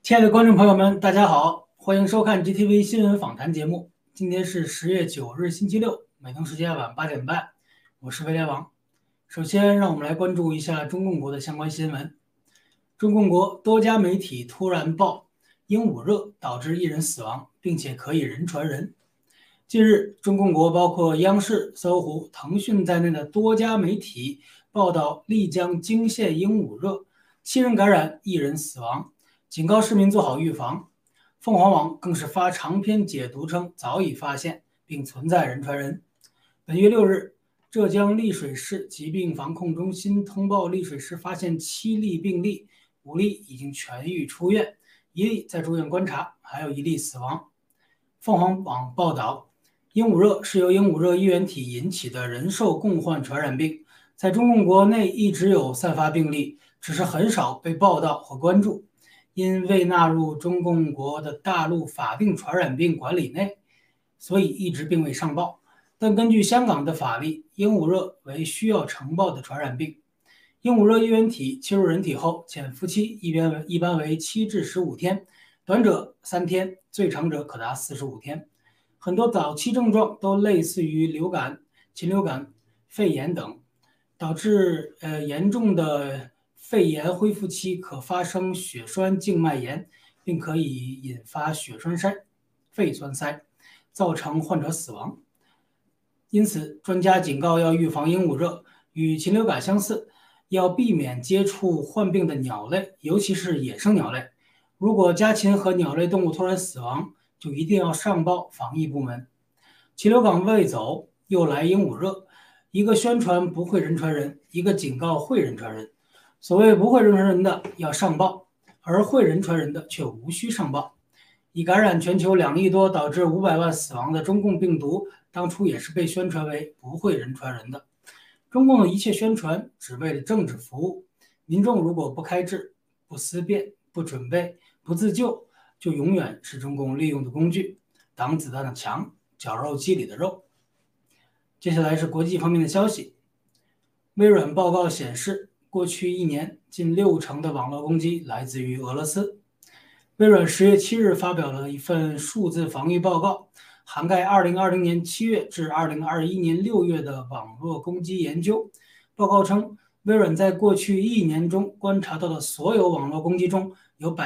亲爱的观众朋友们，大家好，欢迎收看 GTV 新闻访谈节目。今天是10月9日，星期六，美东时间晚8点半，我是威廉王。首先，让我们来关注一下中共国的相关新闻。中共国多家媒体突然报鹦鹉热导致1人死亡，并且可以人传人。近日，中共国包括央视、搜狐、腾讯在内的多家媒体报道丽江惊现鹦鹉热，7人感染，1人死亡。警告市民做好预防。凤凰网更是发长篇解读称，早已发现并存在人传人。本月6日，浙江丽水市疾病防控中心通报，丽水市发现7例病例，5例已经痊愈出院，1例在住院观察，还有1例死亡。凤凰网报道，鹦鹉热是由鹦鹉热衣原体引起的人兽共患传染病，在中共国内一直有散发病例，只是很少被报道和关注。因未纳入中共国的大陆法定传染病管理内，所以一直并未上报。但根据香港的法律，鹦鹉热为需要呈报的传染病。鹦鹉热衣原体侵入人体后，潜伏期一般为7至15天，短者3天，最长者可达45天。很多早期症状都类似于流感、禽流感、肺炎等，导致严重的肺炎恢复期可发生血栓静脉炎，并可以引发血栓塞、肺栓塞，造成患者死亡。因此，专家警告要预防鹦鹉热，与禽流感相似，要避免接触患病的鸟类，尤其是野生鸟类。如果家禽和鸟类动物突然死亡，就一定要上报防疫部门。禽流感未走，又来鹦鹉热，一个宣传不会人传人，一个警告会人传人。所谓不会人传人的要上报，而会人传人的却无需上报。已感染全球2亿多，导致500万死亡的中共病毒，当初也是被宣传为不会人传人的。中共的一切宣传只为了政治服务，民众如果不开智、不思辨、不准备、不自救，就永远是中共利用的工具，挡子弹的枪，绞肉机里的肉。接下来是国际方面的消息。微软报告显示，过去1年，近60%的网络攻击来自于俄罗斯。微软10月7日发表了一份数字防御报告，涵盖2020年7月至2021年6月的网络攻击研究。报告称，微软在过去1年中观察到的所有网络攻击中，有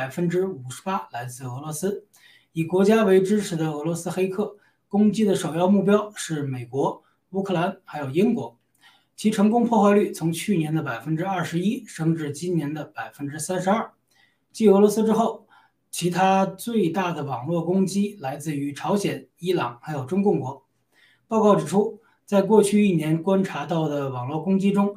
58%来自俄罗斯。以国家为支持的俄罗斯黑客攻击的首要目标是美国、乌克兰还有英国。其成功破坏率从去年的21%升至今年的32%。继俄罗斯之后，其他最大的网络攻击来自于朝鲜、伊朗还有中共国。报告指出，在过去1年观察到的网络攻击中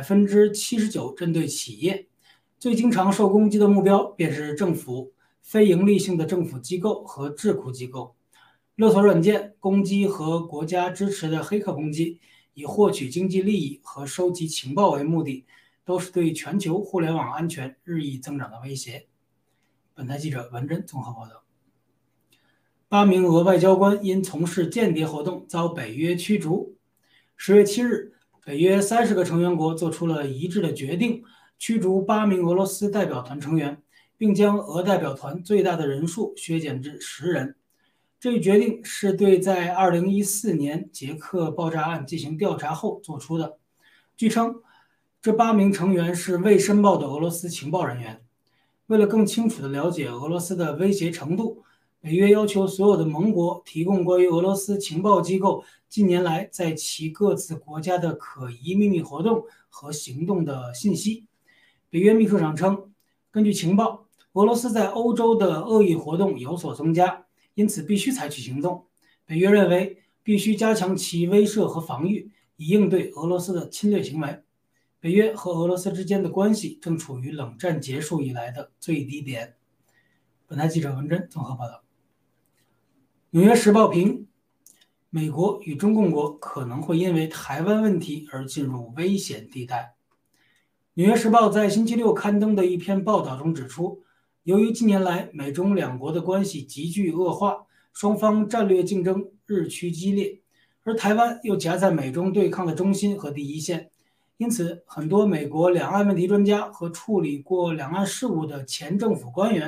，79%针对企业，最经常受攻击的目标便是政府、非营利性的政府机构和智库机构。勒索软件攻击和国家支持的黑客攻击，以获取经济利益和收集情报为目的，都是对全球互联网安全日益增长的威胁。本台记者文珍综合报道。8名俄外交官因从事间谍活动遭北约驱逐。10月7日，北约30个成员国做出了一致的决定，驱逐8名俄罗斯代表团成员，并将俄代表团最大的人数削减至10人。这一决定是对在2014年捷克爆炸案进行调查后做出的。据称，这8名成员是未申报的俄罗斯情报人员。为了更清楚地了解俄罗斯的威胁程度，北约要求所有的盟国提供关于俄罗斯情报机构近年来在其各自国家的可疑秘密活动和行动的信息。北约秘书长称，根据情报，俄罗斯在欧洲的恶意活动有所增加，因此必须采取行动。北约认为必须加强其威慑和防御，以应对俄罗斯的侵略行为。北约和俄罗斯之间的关系正处于冷战结束以来的最低点。本台记者文珍综合报道。纽约时报评，美国与中共国可能会因为台湾问题而进入危险地带。纽约时报在星期六刊登的一篇报道中指出，由于近年来美中两国的关系急剧恶化，双方战略竞争日趋激烈，而台湾又夹在美中对抗的中心和第一线，因此很多美国两岸问题专家和处理过两岸事务的前政府官员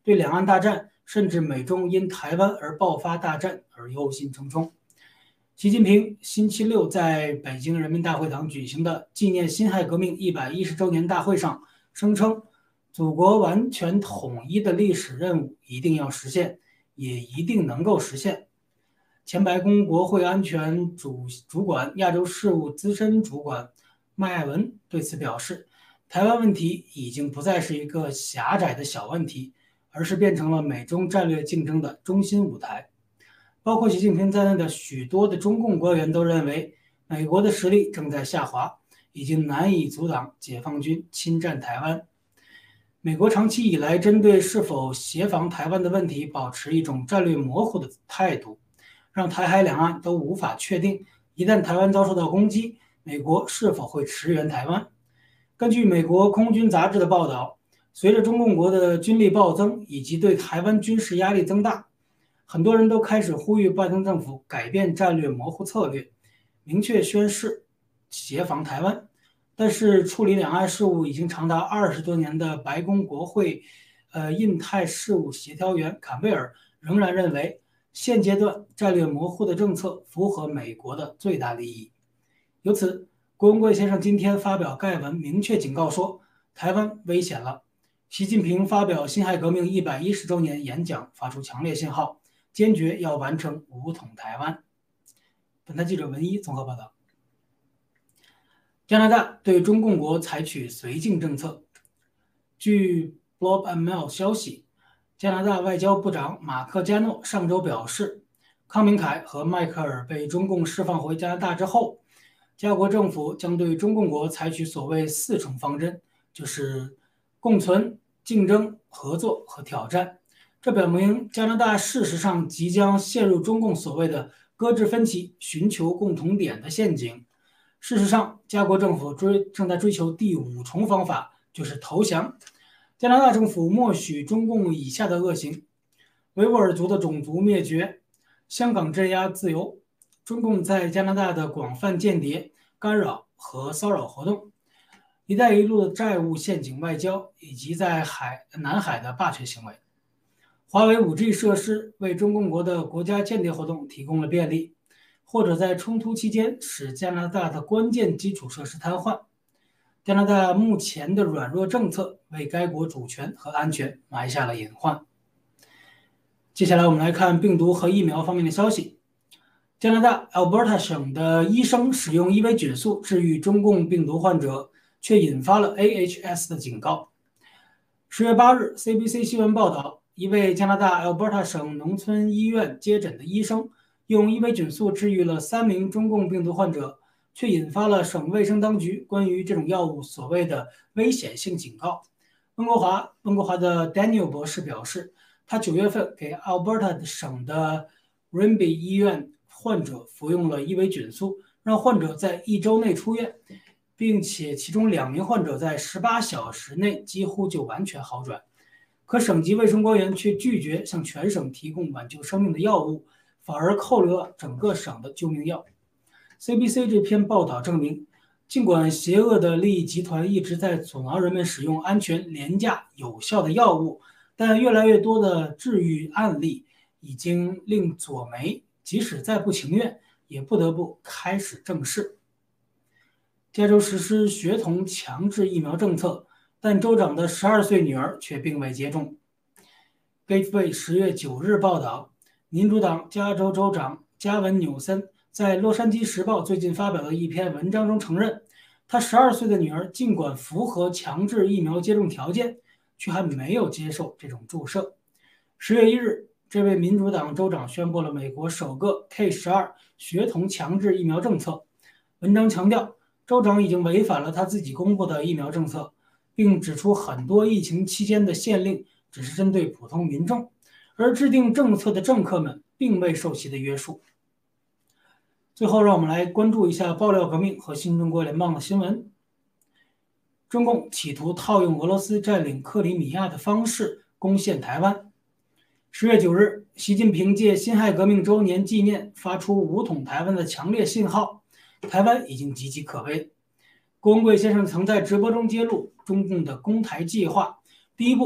对两岸大战甚至美中因台湾而爆发大战而忧心忡忡。习近平星期六在北京人民大会堂举行的纪念辛亥革命110周年大会上声称，祖国完全统一的历史任务一定要实现，也一定能够实现。前白宫国会安全主管亚洲事务资深主管麦爱文对此表示，台湾问题已经不再是一个狭窄的小问题，而是变成了美中战略竞争的中心舞台。包括习近平在内的许多的中共官员都认为，美国的实力正在下滑，已经难以阻挡解放军侵占台湾。美国长期以来针对是否协防台湾的问题保持一种战略模糊的态度，让台海两岸都无法确定，一旦台湾遭受到攻击，美国是否会驰援台湾。根据美国空军杂志的报道，随着中共国的军力暴增以及对台湾军事压力增大，很多人都开始呼吁拜登政府改变战略模糊策略，明确宣示协防台湾。但是处理两岸事务已经长达20多年的白宫国会印太事务协调员坎贝尔仍然认为，现阶段战略模糊的政策符合美国的最大利益。由此，郭文贵先生今天发表概文，明确警告说，台湾危险了。习近平发表辛亥革命110周年演讲，发出强烈信号，坚决要完成武统台湾。本台记者文一综合报道。加拿大对中共国采取绥靖政策。据 Globe and Mail 消息，加拿大外交部长马克加诺上周表示，康明凯和迈克尔被中共释放回加拿大之后，加国政府将对中共国采取所谓4重方针，就是共存、竞争、合作和挑战。这表明加拿大事实上即将陷入中共所谓的搁置分歧、寻求共同点的陷阱。事实上，加国政府正在追求第5重方法，就是投降。加拿大政府默许中共以下的恶行：维吾尔族的种族灭绝、香港镇压自由、中共在加拿大的广泛间谍、干扰和骚扰活动、一带一路的债务陷阱外交，以及在南海的霸权行为。华为 5G 设施为中共国的国家间谍活动提供了便利，或者在冲突期间使加拿大的关键基础设施瘫痪。加拿大目前的软弱政策为该国主权和安全埋下了隐患。接下来我们来看病毒和疫苗方面的消息。加拿大 Alberta 省的医生使用伊维菌素治愈中共病毒患者，却引发了 AHS 的警告。10月8日 CBC 新闻报道，一位加拿大 Alberta 省农村医院接诊的医生用伊维菌素治愈了3名中共病毒患者，却引发了省卫生当局关于这种药物所谓的危险性警告。温哥华的 Daniel 博士表示，他9月份给 Alberta 省的 Rimbey 医院患者服用了伊维菌素，让患者在1周内出院，并且其中2名患者在18小时内几乎就完全好转。可省级卫生官员却拒绝向全省提供挽救生命的药物，反而扣留了整个省的救命药。CBC 这篇报道证明，尽管邪恶的利益集团一直在阻挠人们使用安全、廉价、有效的药物，但越来越多的治愈案例已经令左媒即使再不情愿，也不得不开始正视。加州实施学童强制疫苗政策，但州长的12岁女儿却并未接种。Gateway 10月9日报道，民主党加州州长加文·纽森在《洛杉矶时报》最近发表的一篇文章中承认，他12岁的女儿尽管符合强制疫苗接种条件，却还没有接受这种注射。10月1日，这位民主党州长宣布了美国首个 K12 学童强制疫苗政策。文章强调，州长已经违反了他自己公布的疫苗政策，并指出很多疫情期间的限令只是针对普通民众，而制定政策的政客们并未受其的约束。最后，让我们来关注一下爆料革命和新中国联邦的新闻。中共企图套用俄罗斯占领克里米亚的方式攻陷台湾。10月9日，习近平借辛亥革命周年纪念发出武统台湾的强烈信号，台湾已经岌岌可危。郭文贵先生曾在直播中揭露中共的攻台计划，第一步，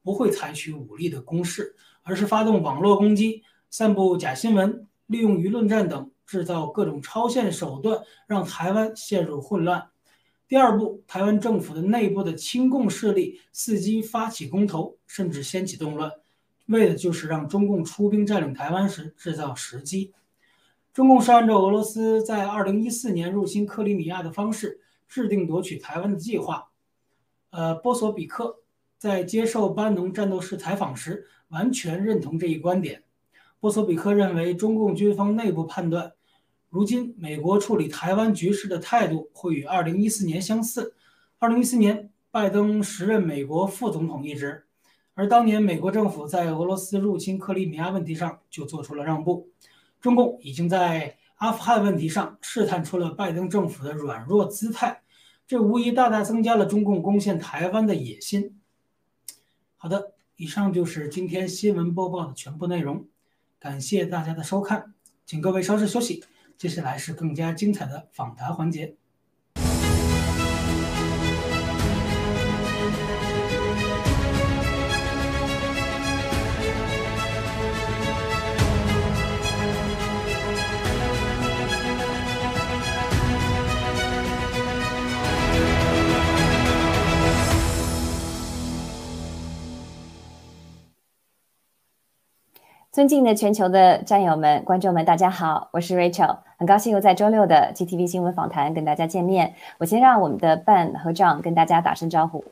不会采取武力的攻势，而是发动网络攻击、散布假新闻、利用舆论战等，制造各种超限手段，让台湾陷入混乱。第二步，台湾政府的内部的亲共势力伺机发起公投，甚至掀起动乱，为的就是让中共出兵占领台湾时制造时机。中共是按照俄罗斯在2014年入侵克里米亚的方式制定夺取台湾的计划。波索比克在接受班农战斗室采访时完全认同这一观点。波索比克认为，中共军方内部判断，如今美国处理台湾局势的态度会与2014年相似。2014年，拜登时任美国副总统一职，而当年美国政府在俄罗斯入侵克里米亚问题上就做出了让步。中共已经在阿富汗问题上试探出了拜登政府的软弱姿态，这无疑大大增加了中共攻陷台湾的野心。好的，以上就是今天新闻播报的全部内容，感谢大家的收看，请各位稍事休息，接下来是更加精彩的访谈环节。 尊敬的全球的战友们、观众们，大家好，我是 Rachel， 很高兴又在周六的 GTV 新闻访谈跟大家见面。我先让我们的伴和John跟大家打声招呼。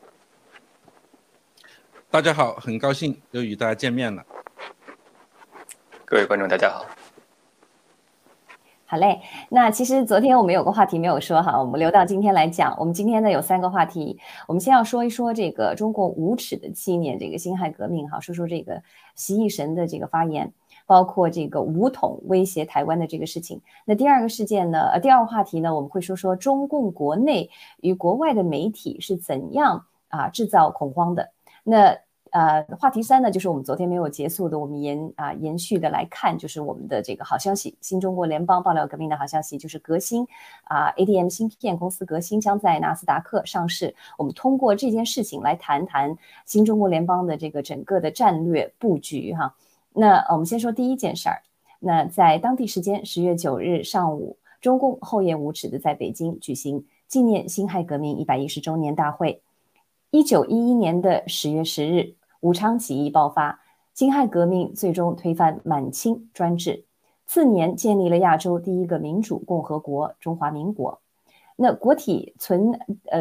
大家好，很高兴又与大家见面了。 各位观众，大家好。 好嘞，那其实昨天我们有个话题没有说哈，我们留到今天来讲。我们今天呢有3个话题，我们先要说一说这个中共无耻的纪念这个辛亥革命哈，说说这个习义神的这个发言，包括这个武统威胁台湾的这个事情。那第二个事件呢，第二个话题呢，我们会说说中共国内与国外的媒体是怎样制造恐慌的。那话题3呢，就是我们昨天没有结束的，我们延续的来看，就是我们的这个好消息，新中国联邦爆料革命的好消息，就是革新ADM 芯片公司革新将在纳斯达克上市。我们通过这件事情来谈谈新中国联邦的这个整个的战略布局哈。那我们先说第一件事儿，那在当地时间10月9日上午，中共厚颜无耻的在北京举行纪念辛亥革命110周年大会。1911年的10月10日，武昌起义爆发，辛亥革命最终推翻满清专制，次年建立了亚洲第一个民主共和国中华民国。那国体存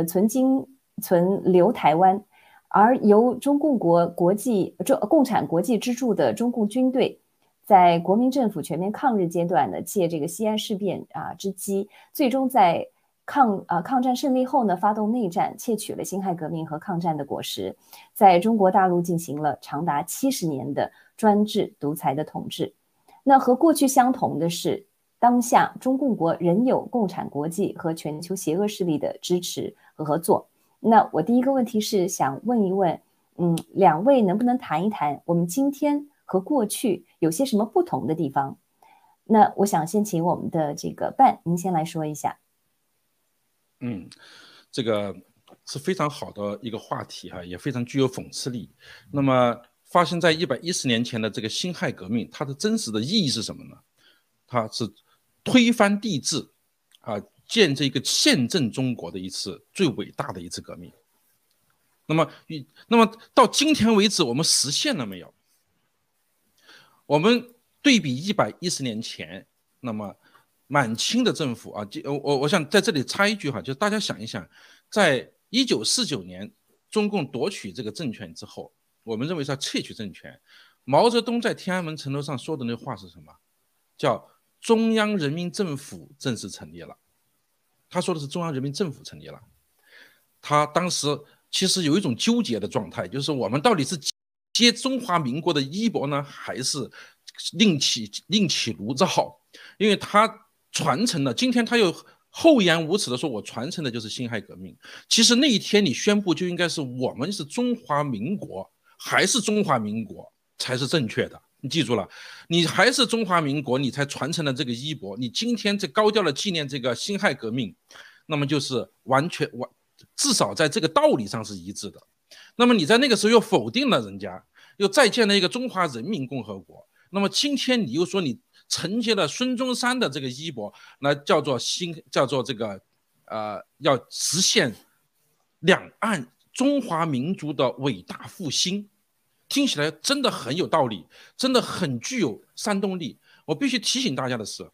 留台湾，而由中共共产国际资助的中共军队，在国民政府全面抗日阶段呢，借这个西安事变之机，最终在抗战胜利后呢，发动内战，窃取了辛亥革命和抗战的果实，在中国大陆进行了长达70年的专制独裁的统治。那和过去相同的是，当下中共国仍有共产国际和全球邪恶势力的支持和合作。那我第一个问题是想问一问，两位能不能谈一谈我们今天和过去有些什么不同的地方？那我想先请我们的这个伴，您先来说一下。 这个是非常好的一个话题哈，也非常具有讽刺力。那么发生在110年前的这个辛亥革命，它的真实的意义是什么呢？它是推翻帝制建这个宪政中国的一次最伟大的一次革命。那么到今天为止，我们实现了没有？我们对比110年前，那么满清的政府我想在这里插一句哈，就是大家想一想，在1949年中共夺取这个政权之后，我们认为是要窃取政权。毛泽东在天安门城楼上说的那话是什么？叫中央人民政府正式成立了。他说的是中央人民政府成立了。他当时其实有一种纠结的状态，就是我们到底是接中华民国的衣钵呢，还是另起炉灶？因为他传承了，今天他又厚颜无耻的说，我传承的就是辛亥革命。其实那一天你宣布就应该是我们是中华民国，还是中华民国才是正确的。你记住了，你还是中华民国，你才传承了这个衣钵。你今天这高调的纪念这个辛亥革命，那么就是至少在这个道理上是一致的。 那么你在那个时候又否定了人家，又再建了一个中华人民共和国。那么今天你又说你承接了孙中山的这个衣钵，那叫做这个要实现两岸中华民族的伟大复兴，听起来真的很有道理，真的很具有煽动力。我必须提醒大家的是，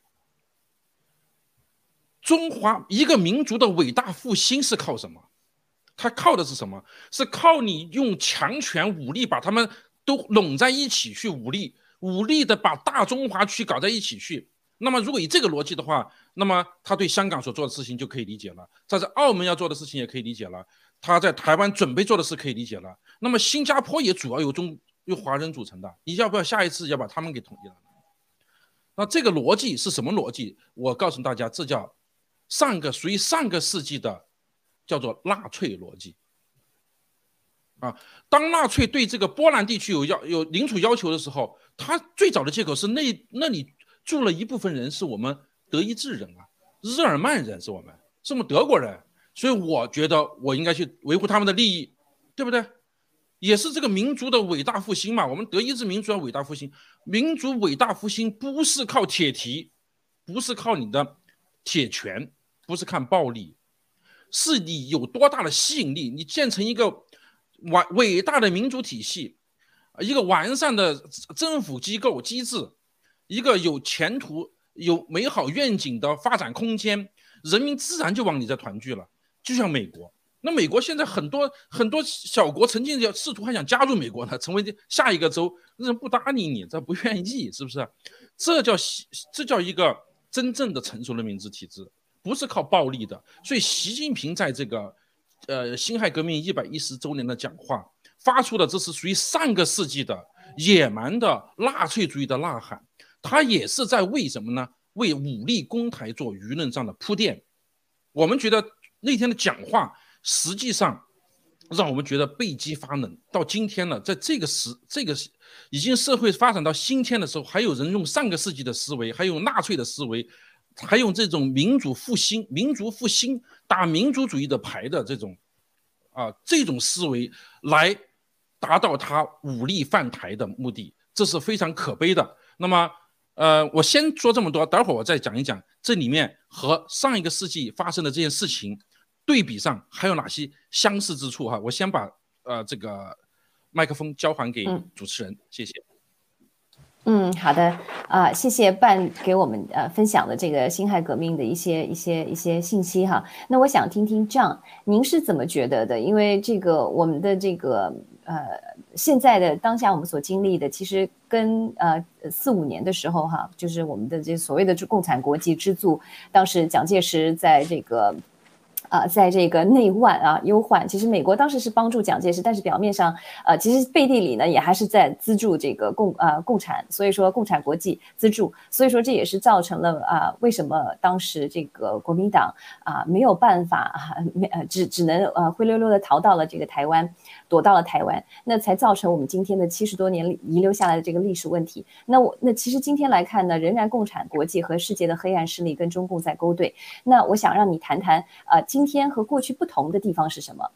中华一个民族的伟大复兴是靠什么？它靠的是什么？是靠你用强权武力把他们都拢在一起去武力的把大中华区搞在一起去。那么如果以这个逻辑的话，那么他对香港所做的事情就可以理解了，他在澳门要做的事情也可以理解了，他在台湾准备做的事可以理解了。那么新加坡也主要由华人组成的，你要不要下一次要把他们给统一了？那这个逻辑是什么逻辑？我告诉大家，这叫属于上个世纪的叫做纳粹逻辑啊。当纳粹对这个波兰地区有领土要求的时候，他最早的借口是那里住了一部分人是我们德意志人啊，日耳曼人是我们德国人，所以我觉得我应该去维护他们的利益，对不对？也是这个民族的伟大复兴嘛。我们德意志民族的伟大复兴，民族伟大复兴不是靠铁蹄，不是靠你的铁拳，不是看暴力，是你有多大的吸引力，你建成一个伟大的民主体系，一个完善的政府机构机制，一个有前途有美好愿景的发展空间，人民自然就往你这团聚了。就像美国，那美国现在很多小国曾经试图还想加入美国呢，成为下一个州，人不搭理你，这不愿意，是不是？这叫一个真正的成熟的民主体制，不是靠暴力的。所以习近平在这个辛亥革命110周年的讲话发出的，这是属于上个世纪的野蛮的纳粹主义的呐喊，他也是在为什么呢？为武力攻台做舆论上的铺垫。我们觉得那天的讲话实际上让我们觉得背脊发冷。到今天了，在这个已经社会发展到今天的时候，还有人用上个世纪的思维，还有纳粹的思维，还用这种民族复兴打民族主义的牌的这种思维来达到他武力犯台的目的，这是非常可悲的。那么我先说这么多，待会儿我再讲一讲这里面和上一个世纪发生的这件事情对比上还有哪些相似之处哈。我先把这个麦克风交还给主持人，谢谢。 好的谢谢半给我们分享的这个辛亥革命的一些信息哈。那我想听听John您是怎么觉得的？因为这个我们的这个现在的当下我们所经历的，其实跟45年的时候哈，就是我们的这所谓的共产国际之祖，当时蒋介石在这个内患忧患，其实美国当时是帮助蒋介石，但是表面上其实背地里呢也还是在资助这个共产，所以说共产国际资助，所以说这也是造成了为什么当时这个国民党没有办法只能灰溜溜的逃到了这个台湾，躲到了台湾，那才造成我们今天的70多年遗留下来的这个历史问题。那其实今天来看呢，仍然共产国际和世界的黑暗势力跟中共在勾兑。那我想让你谈谈今天和过去不同的地方是什么？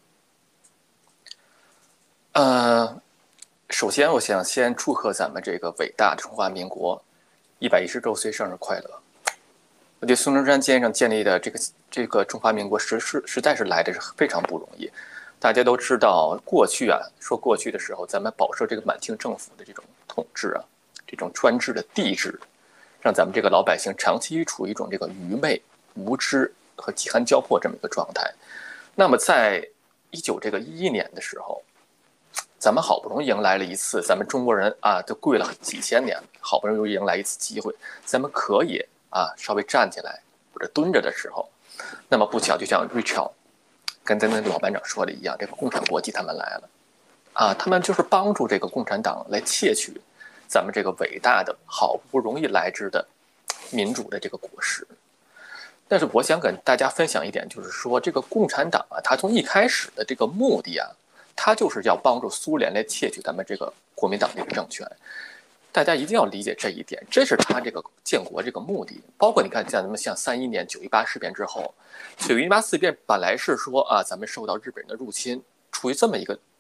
首先我想先祝贺咱们这个伟大的中华民国110周岁生日快乐。我觉得孙中山先生建立的这个中华民国实在是来的是非常不容易。大家都知道，过去说过去的时候，咱们饱受这个满清政府的这种统治这种专制的帝制，让咱们这个老百姓长期处于一种这个愚昧、无知和饥寒交迫这么一个状态。那么在1911年的时候，咱们好不容易迎来了一次，咱们中国人都跪了几千年，好不容易迎来一次机会，咱们可以稍微站起来或者蹲着的时候，那么不巧就像 Richard 跟咱的老班长说的一样，这个共产国际他们来了他们就是帮助这个共产党来窃取咱们这个伟大的好不容易来之的民主的这个果实。但是我想跟大家分享一点，就是说这个共产党他从一开始的这个目的他就是要帮助苏联来窃取咱们这个国民党这个政权。大家一定要理解这一点，这是他这个建国这个目的。包括你看，像咱们像31年9·18事变之后，9·18事变本来是说咱们受到日本人的入侵，处于这么一个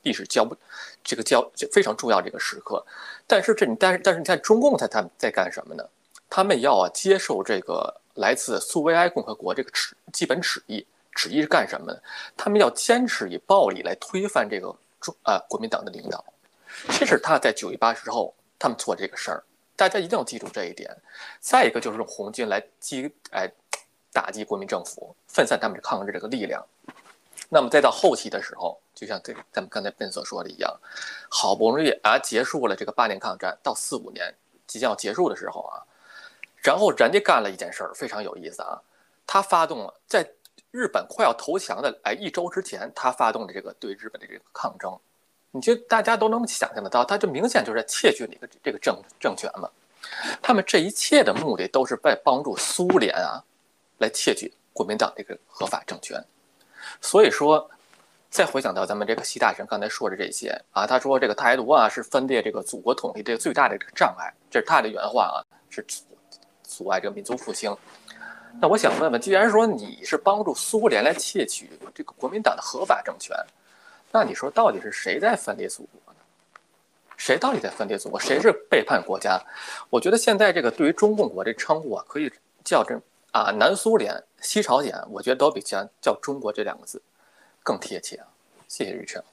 历史非常重要这个时刻。但是你看中共他们在干什么呢？他们要接受这个来自苏维埃共和国这个基本旨意是干什么呢？他们要坚持以暴力来推翻这个国民党的领导。这是他在9·18之后他们做这个事儿，大家一定要记住这一点。再一个就是用红军来打击国民政府，分散他们抗日这个力量。那么再到后期的时候，就像咱们刚才Ben所说的一样，好不容易结束了这个8年抗战，到45年即将要结束的时候然后人家干了一件事儿非常有意思他发动了在日本快要投降的1周之前，他发动的这个对日本的这个抗争。你觉得大家都能想象得到，他就明显就是在窃取这个政权嘛。他们这一切的目的都是在帮助苏联来窃取国民党这个合法政权。所以说，再回想到咱们这个习大臣刚才说的这些他说这个台独是分裂这个祖国统一这个最大的这个障碍，这是他的原话是阻碍这个民族复兴。那我想问问，既然说你是帮助苏联来窃取这个国民党的合法政权，那你说到底是谁在分裂祖国呢？谁到底在分裂祖国？谁是背叛国家？我觉得现在这个对于中共国这称呼可以叫这南苏联、西朝鲜，我觉得都比叫中国这2个字更贴切谢谢雨辰。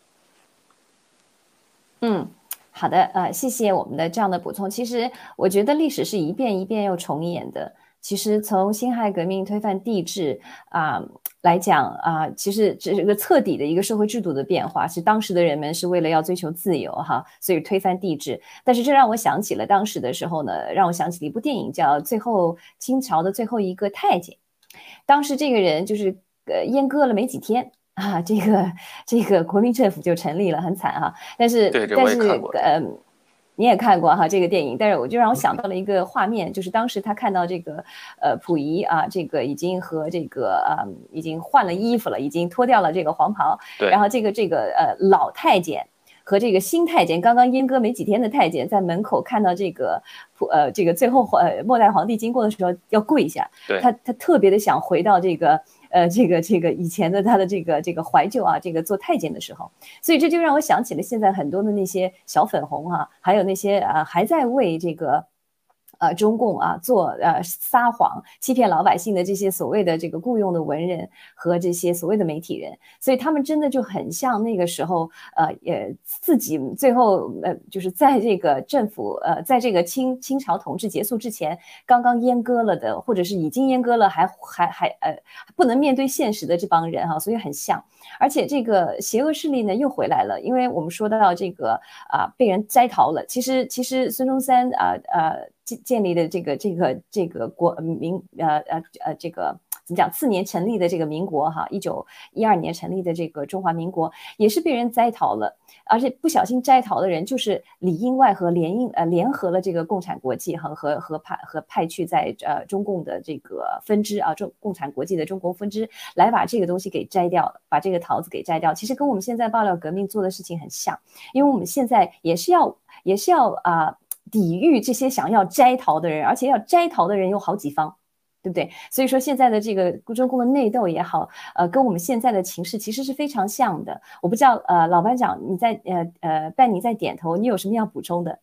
好的，谢谢我们的这样的补充。其实我觉得历史是一遍一遍又重演的。其实从辛亥革命推翻帝制来讲其实这是个彻底的一个社会制度的变化，是当时的人们是为了要追求自由所以推翻帝制。但是这让我想起了当时的时候呢，让我想起了一部电影叫清朝的最后一个太监。当时这个人就是阉割了没几天这个国民政府就成立了，很惨但是你也看过这个电影，但是我就让我想到了一个画面，就是当时他看到这个溥仪这个已经和这个已经换了衣服了，已经脱掉了这个黄袍，然后这个老太监和这个新太监刚刚阉割没几天的太监在门口看到这个最后末代皇帝经过的时候要跪下，他特别的想回到这个以前的他的这个怀旧这个做太监的时候，所以这就让我想起了现在很多的那些小粉红还有那些还在为这个中共做撒谎欺骗老百姓的这些所谓的这个雇佣的文人和这些所谓的媒体人，所以他们真的就很像那个时候也自己最后就是在这个政府在这个清朝统治结束之前刚刚阉割了的，或者是已经阉割了还不能面对现实的这帮人所以很像。而且这个邪恶势力呢又回来了，因为我们说到这个被人摘桃了，其实孙中山建立的这个国民这个怎么讲，次年成立的这个民国1912年成立的这个中华民国也是被人摘桃了，而且不小心摘桃的人就是里应外合联合了这个共产国际和派去在中共的这个分支共产国际的中国分支来把这个东西给摘掉了，把这个桃子给摘掉。其实跟我们现在爆料革命做的事情很像，因为我们现在也是要抵御这些想要摘桃的人，而且要摘桃的人有好几方，对不对？所以说现在的这个中共的内斗也好，跟我们现在的情势其实是非常像的。我不知道老班长你在你在点头，你有什么要补充的？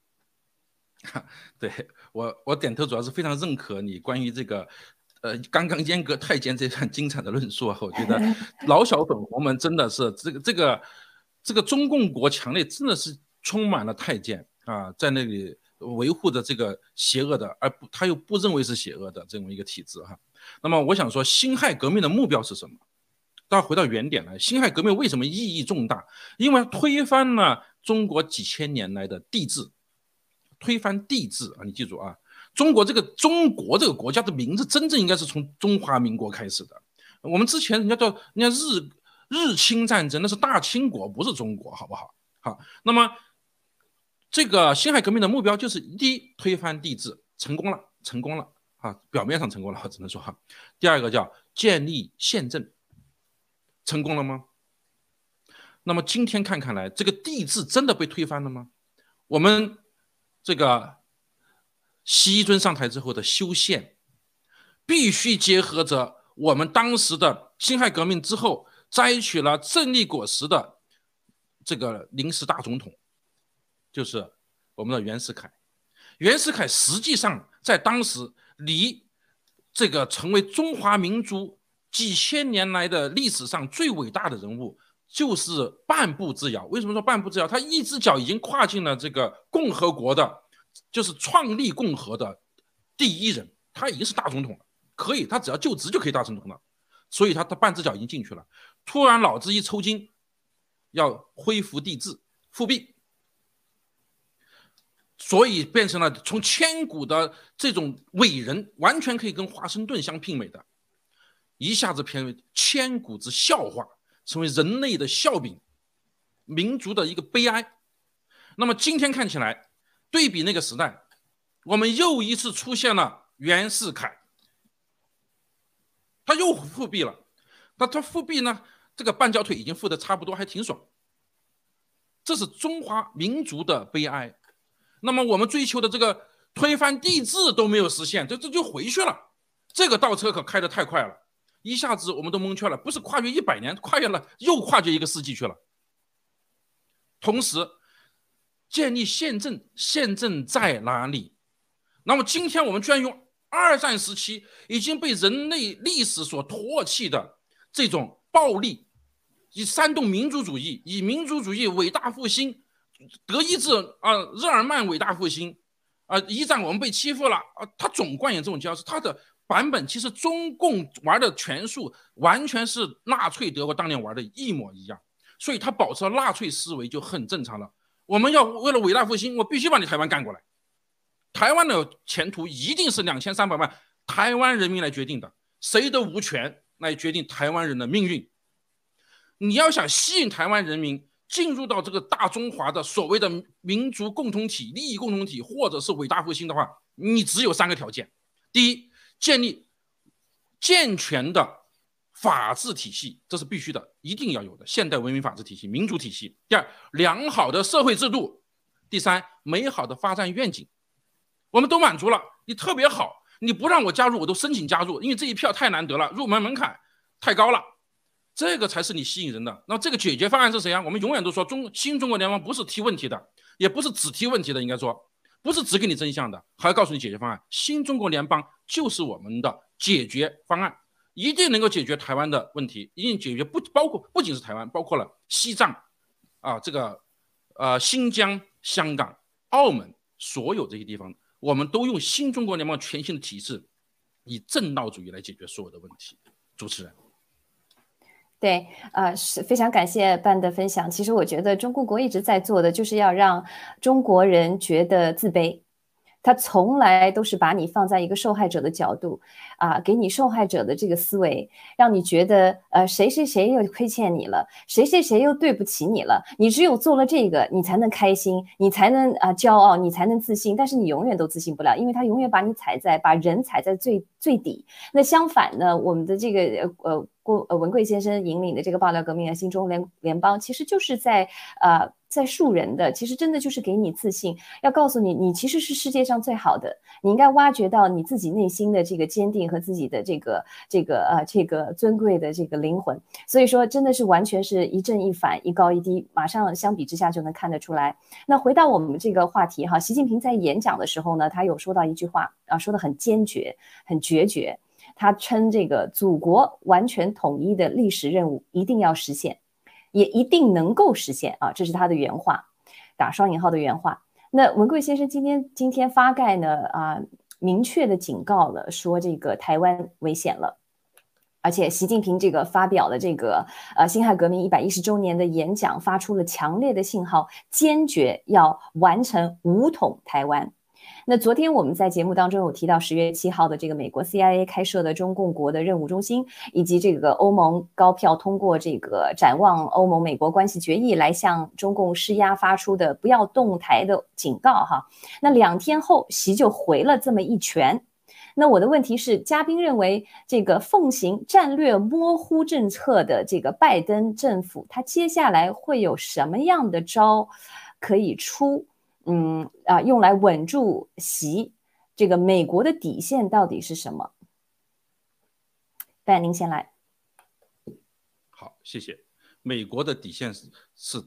对，我点头主要是非常认可你关于这个刚刚阉割太监这段精彩的论述我觉得老小粉红们真的是这个中共国强烈真的是充满了太监在那里维护着这个邪恶的，而他又不认为是邪恶的这么一个体制那么我想说，辛亥革命的目标是什么？大家回到原点来，辛亥革命为什么意义重大？因为推翻了中国几千年来的帝制，推翻帝制你记住中国这个国家的名字真正应该是从中华民国开始的。我们之前人家日清战争，那是大清国，不是中国，好不好？好，那么这个辛亥革命的目标就是第一，推翻帝制，成功了表面上成功了，我只能说第二个叫建立宪政，成功了吗？那么今天看来，这个帝制真的被推翻了吗？我们这个习尊上台之后的修宪，必须结合着我们当时的辛亥革命之后摘取了胜利果实的这个临时大总统，就是我们的袁世凯。袁世凯实际上在当时离这个成为中华民族几千年来的历史上最伟大的人物，就是半步之遥。为什么说半步之遥？他一只脚已经跨进了这个共和国的，就是创立共和的第一人，他已经是大总统了，可以，他只要就职就可以大总统了，所以他半只脚已经进去了。突然脑子一抽筋，要恢复帝制，复辟，所以变成了从千古的这种伟人，完全可以跟华盛顿相媲美的，一下子变为千古之笑话，成为人类的笑柄，民族的一个悲哀。那么今天看起来，对比那个时代，我们又一次出现了袁世凯，他又复辟了。那他复辟呢，这个半条腿已经复得差不多，还挺爽。这是中华民族的悲哀。那么我们追求的这个推翻帝制都没有实现，这就回去了。这个倒车可开得太快了，一下子我们都蒙圈了，不是跨越100年，跨越了又跨越1个世纪去了。同时建立宪政，宪政在哪里？那么今天我们居然用二战时期已经被人类历史所唾弃的这种暴力，以煽动民族主义，以民族主义伟大复兴，德意志日耳曼伟大复兴一战我们被欺负了他总冠演这种角色，他的版本其实中共玩的权术完全是纳粹德国当年玩的一模一样，所以他保持了纳粹思维就很正常了。我们要为了伟大复兴，我必须把你台湾干过来，台湾的前途一定是2300万台湾人民来决定的，谁都无权来决定台湾人的命运。你要想吸引台湾人民进入到这个大中华的所谓的民族共同体、利益共同体，或者是伟大复兴的话，你只有3个条件：第一，建立健全的法治体系，这是必须的，一定要有的现代文明法治体系、民主体系；第二，良好的社会制度；第三，美好的发展愿景。我们都满足了，你特别好，你不让我加入我都申请加入，因为这一票太难得了，入门门槛太高了，这个才是你吸引人的。那这个解决方案是谁啊？我们永远都说新中国联邦不是提问题的，也不是只提问题的，应该说不是只给你真相的，还要告诉你解决方案。新中国联邦就是我们的解决方案，一定能够解决台湾的问题，一定解决不仅是台湾，包括了西藏这个新疆、香港、澳门所有这些地方，我们都用新中国联邦全新的体制，以正道主义来解决所有的问题。主持人。 对，是非常感谢班的分享。其实我觉得中共国一直在做的，就是要让中国人觉得自卑。他从来都是把你放在一个受害者的角度给你受害者的这个思维，让你觉得谁谁谁又亏欠你了，谁谁谁又对不起你了，你只有做了这个，你才能开心，你才能骄傲，你才能自信，但是你永远都自信不了，因为他永远把人踩在最底。那相反呢，我们的这个文贵先生引领的这个爆料革命新中联邦，其实就是在树人的，其实真的就是给你自信，要告诉你，你其实是世界上最好的，你应该挖掘到你自己内心的这个坚定和自己的这个尊贵的这个灵魂。所以说，真的是完全是一正一反，一高一低，马上相比之下就能看得出来。那回到我们这个话题哈，习近平在演讲的时候呢，他有说到一句话说得很坚决，很决绝。他称这个祖国完全统一的历史任务一定要实现，也一定能够实现这是他的原话，打双引号的原话。那文贵先生今天发概呢明确的警告了，说这个台湾危险了。而且习近平这个发表的这个辛亥革命110周年的演讲，发出了强烈的信号，坚决要完成武统台湾。那昨天我们在节目当中有提到10月7号的这个美国 CIA 开设的中共国的任务中心，以及这个欧盟高票通过这个展望欧盟美国关系决议来向中共施压发出的不要动台的警告哈。那2天后习就回了这么一拳。那我的问题是，嘉宾认为这个奉行战略模糊政策的这个拜登政府，他接下来会有什么样的招可以出用来稳住习，这个美国的底线到底是什么？您先来。 好，谢谢。美国的底线是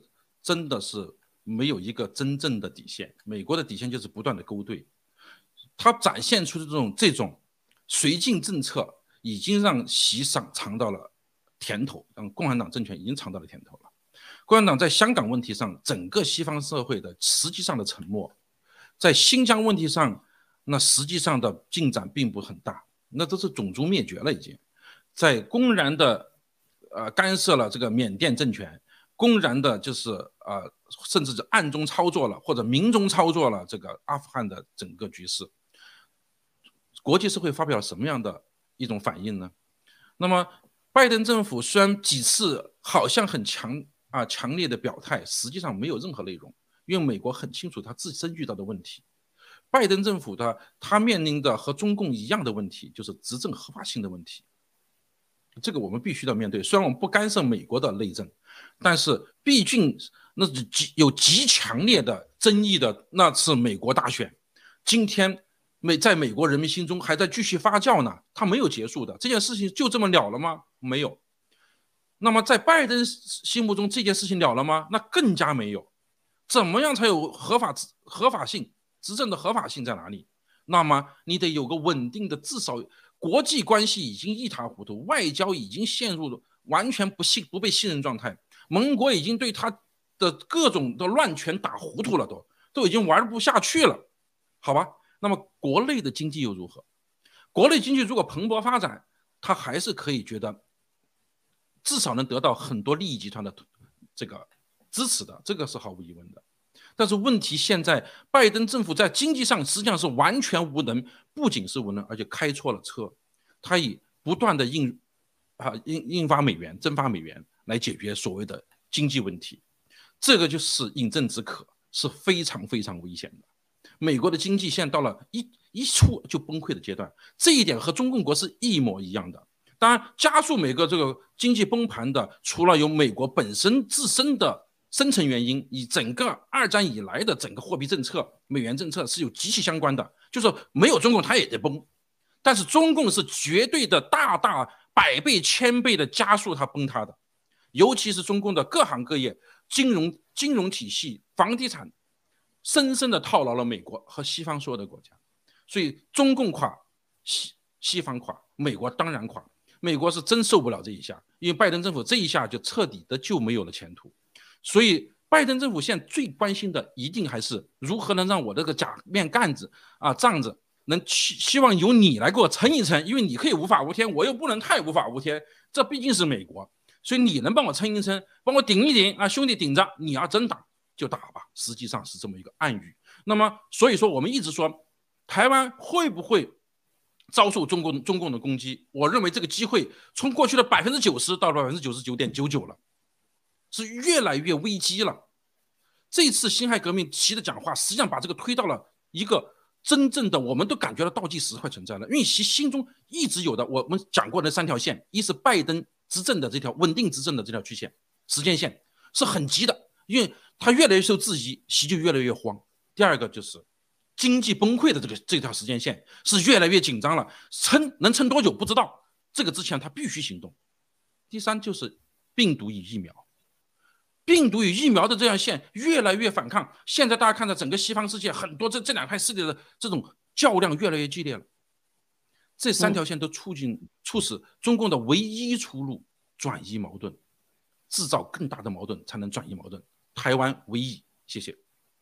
真的是没有一个真正的底线，美国的底线就是不断的勾兑，它展现出的这种绥靖政策已经让习尝到了甜头，让共产党政权已经尝到了甜头了。共产党在香港问题上，整个西方社会的实际上的沉默，在新疆问题上，那实际上的进展并不很大，那都是种族灭绝了已经，在公然的干涉了这个缅甸政权，公然的就是甚至是暗中操作了或者明中操作了这个阿富汗的整个局势。国际社会发表了什么样的一种反应呢？那么拜登政府虽然几次好像很强烈的表态，实际上没有任何内容，因为美国很清楚他自身遇到的问题。拜登政府他面临的和中共一样的问题，就是执政合法性的问题。这个我们必须要面对。虽然我们不干涉美国的内政，但是毕竟那是有极强烈的争议的那次美国大选，今天在美国人民心中还在继续发酵呢，它没有结束的。这件事情就这么了了吗？没有。那么在拜登心目中这件事情了了吗？那更加没有。怎么样才有合法性？执政的合法性在哪里？那么你得有个稳定的，至少国际关系已经一塌糊涂，外交已经陷入了完全不被信任状态，盟国已经对他的各种的乱拳打糊涂了，都已经玩不下去了，好吧？那么国内的经济又如何？国内经济如果蓬勃发展，他还是可以觉得至少能得到很多利益集团的这个支持的，这个是毫无疑问的。但是问题现在，拜登政府在经济上实际上是完全无能，不仅是无能，而且开错了车。他以不断的印发美元、增发美元来解决所谓的经济问题，这个就是饮鸩止渴，是非常非常危险的。美国的经济现在到了一触就崩溃的阶段，这一点和中共国是一模一样的。当然，加速美国这个经济崩盘的，除了有美国本身自身的深层原因，以整个二战以来的整个货币政策、美元政策是有极其相关的，就是没有中共它也得崩，但是中共是绝对的大百倍、千倍的加速它崩塌的，尤其是中共的各行各业、金融体系、房地产，深深的套牢了美国和西方所有的国家，所以中共垮，西方垮，美国当然垮。美国是真受不了这一下，因为拜登政府这一下就彻底的就没有了前途。所以拜登政府现在最关心的一定还是如何能让我这个假面干子仗子能希望由你来给我撑一撑，因为你可以无法无天，我又不能太无法无天，这毕竟是美国，所以你能帮我撑一撑，帮我顶一顶兄弟顶着，你要真打就打吧，实际上是这么一个暗语。那么所以说我们一直说台湾会不会遭受中共的攻击，我认为这个机会从过去的90%到了99.99%了，是越来越危机了。这次辛亥革命习的讲话实际上把这个推到了一个真正的我们都感觉到倒计时快存在了，因为习心中一直有的我们讲过的3条线，一是拜登执政的这条稳定执政的这条曲线时间线是很急的，因为他越来越受质疑，习就越来越慌。第二个就是经济崩溃的这条时间线是越来越紧张了，能撑多久不知道，这个之前他必须行动。第三就是病毒与疫苗，病毒与疫苗的这条线越来越反抗，现在大家看到整个西方世界很多这两派势力的这种较量越来越激烈了，这3条线都促使中共的唯一出路转移矛盾，制造更大的矛盾才能转移矛盾，台湾唯一。谢谢。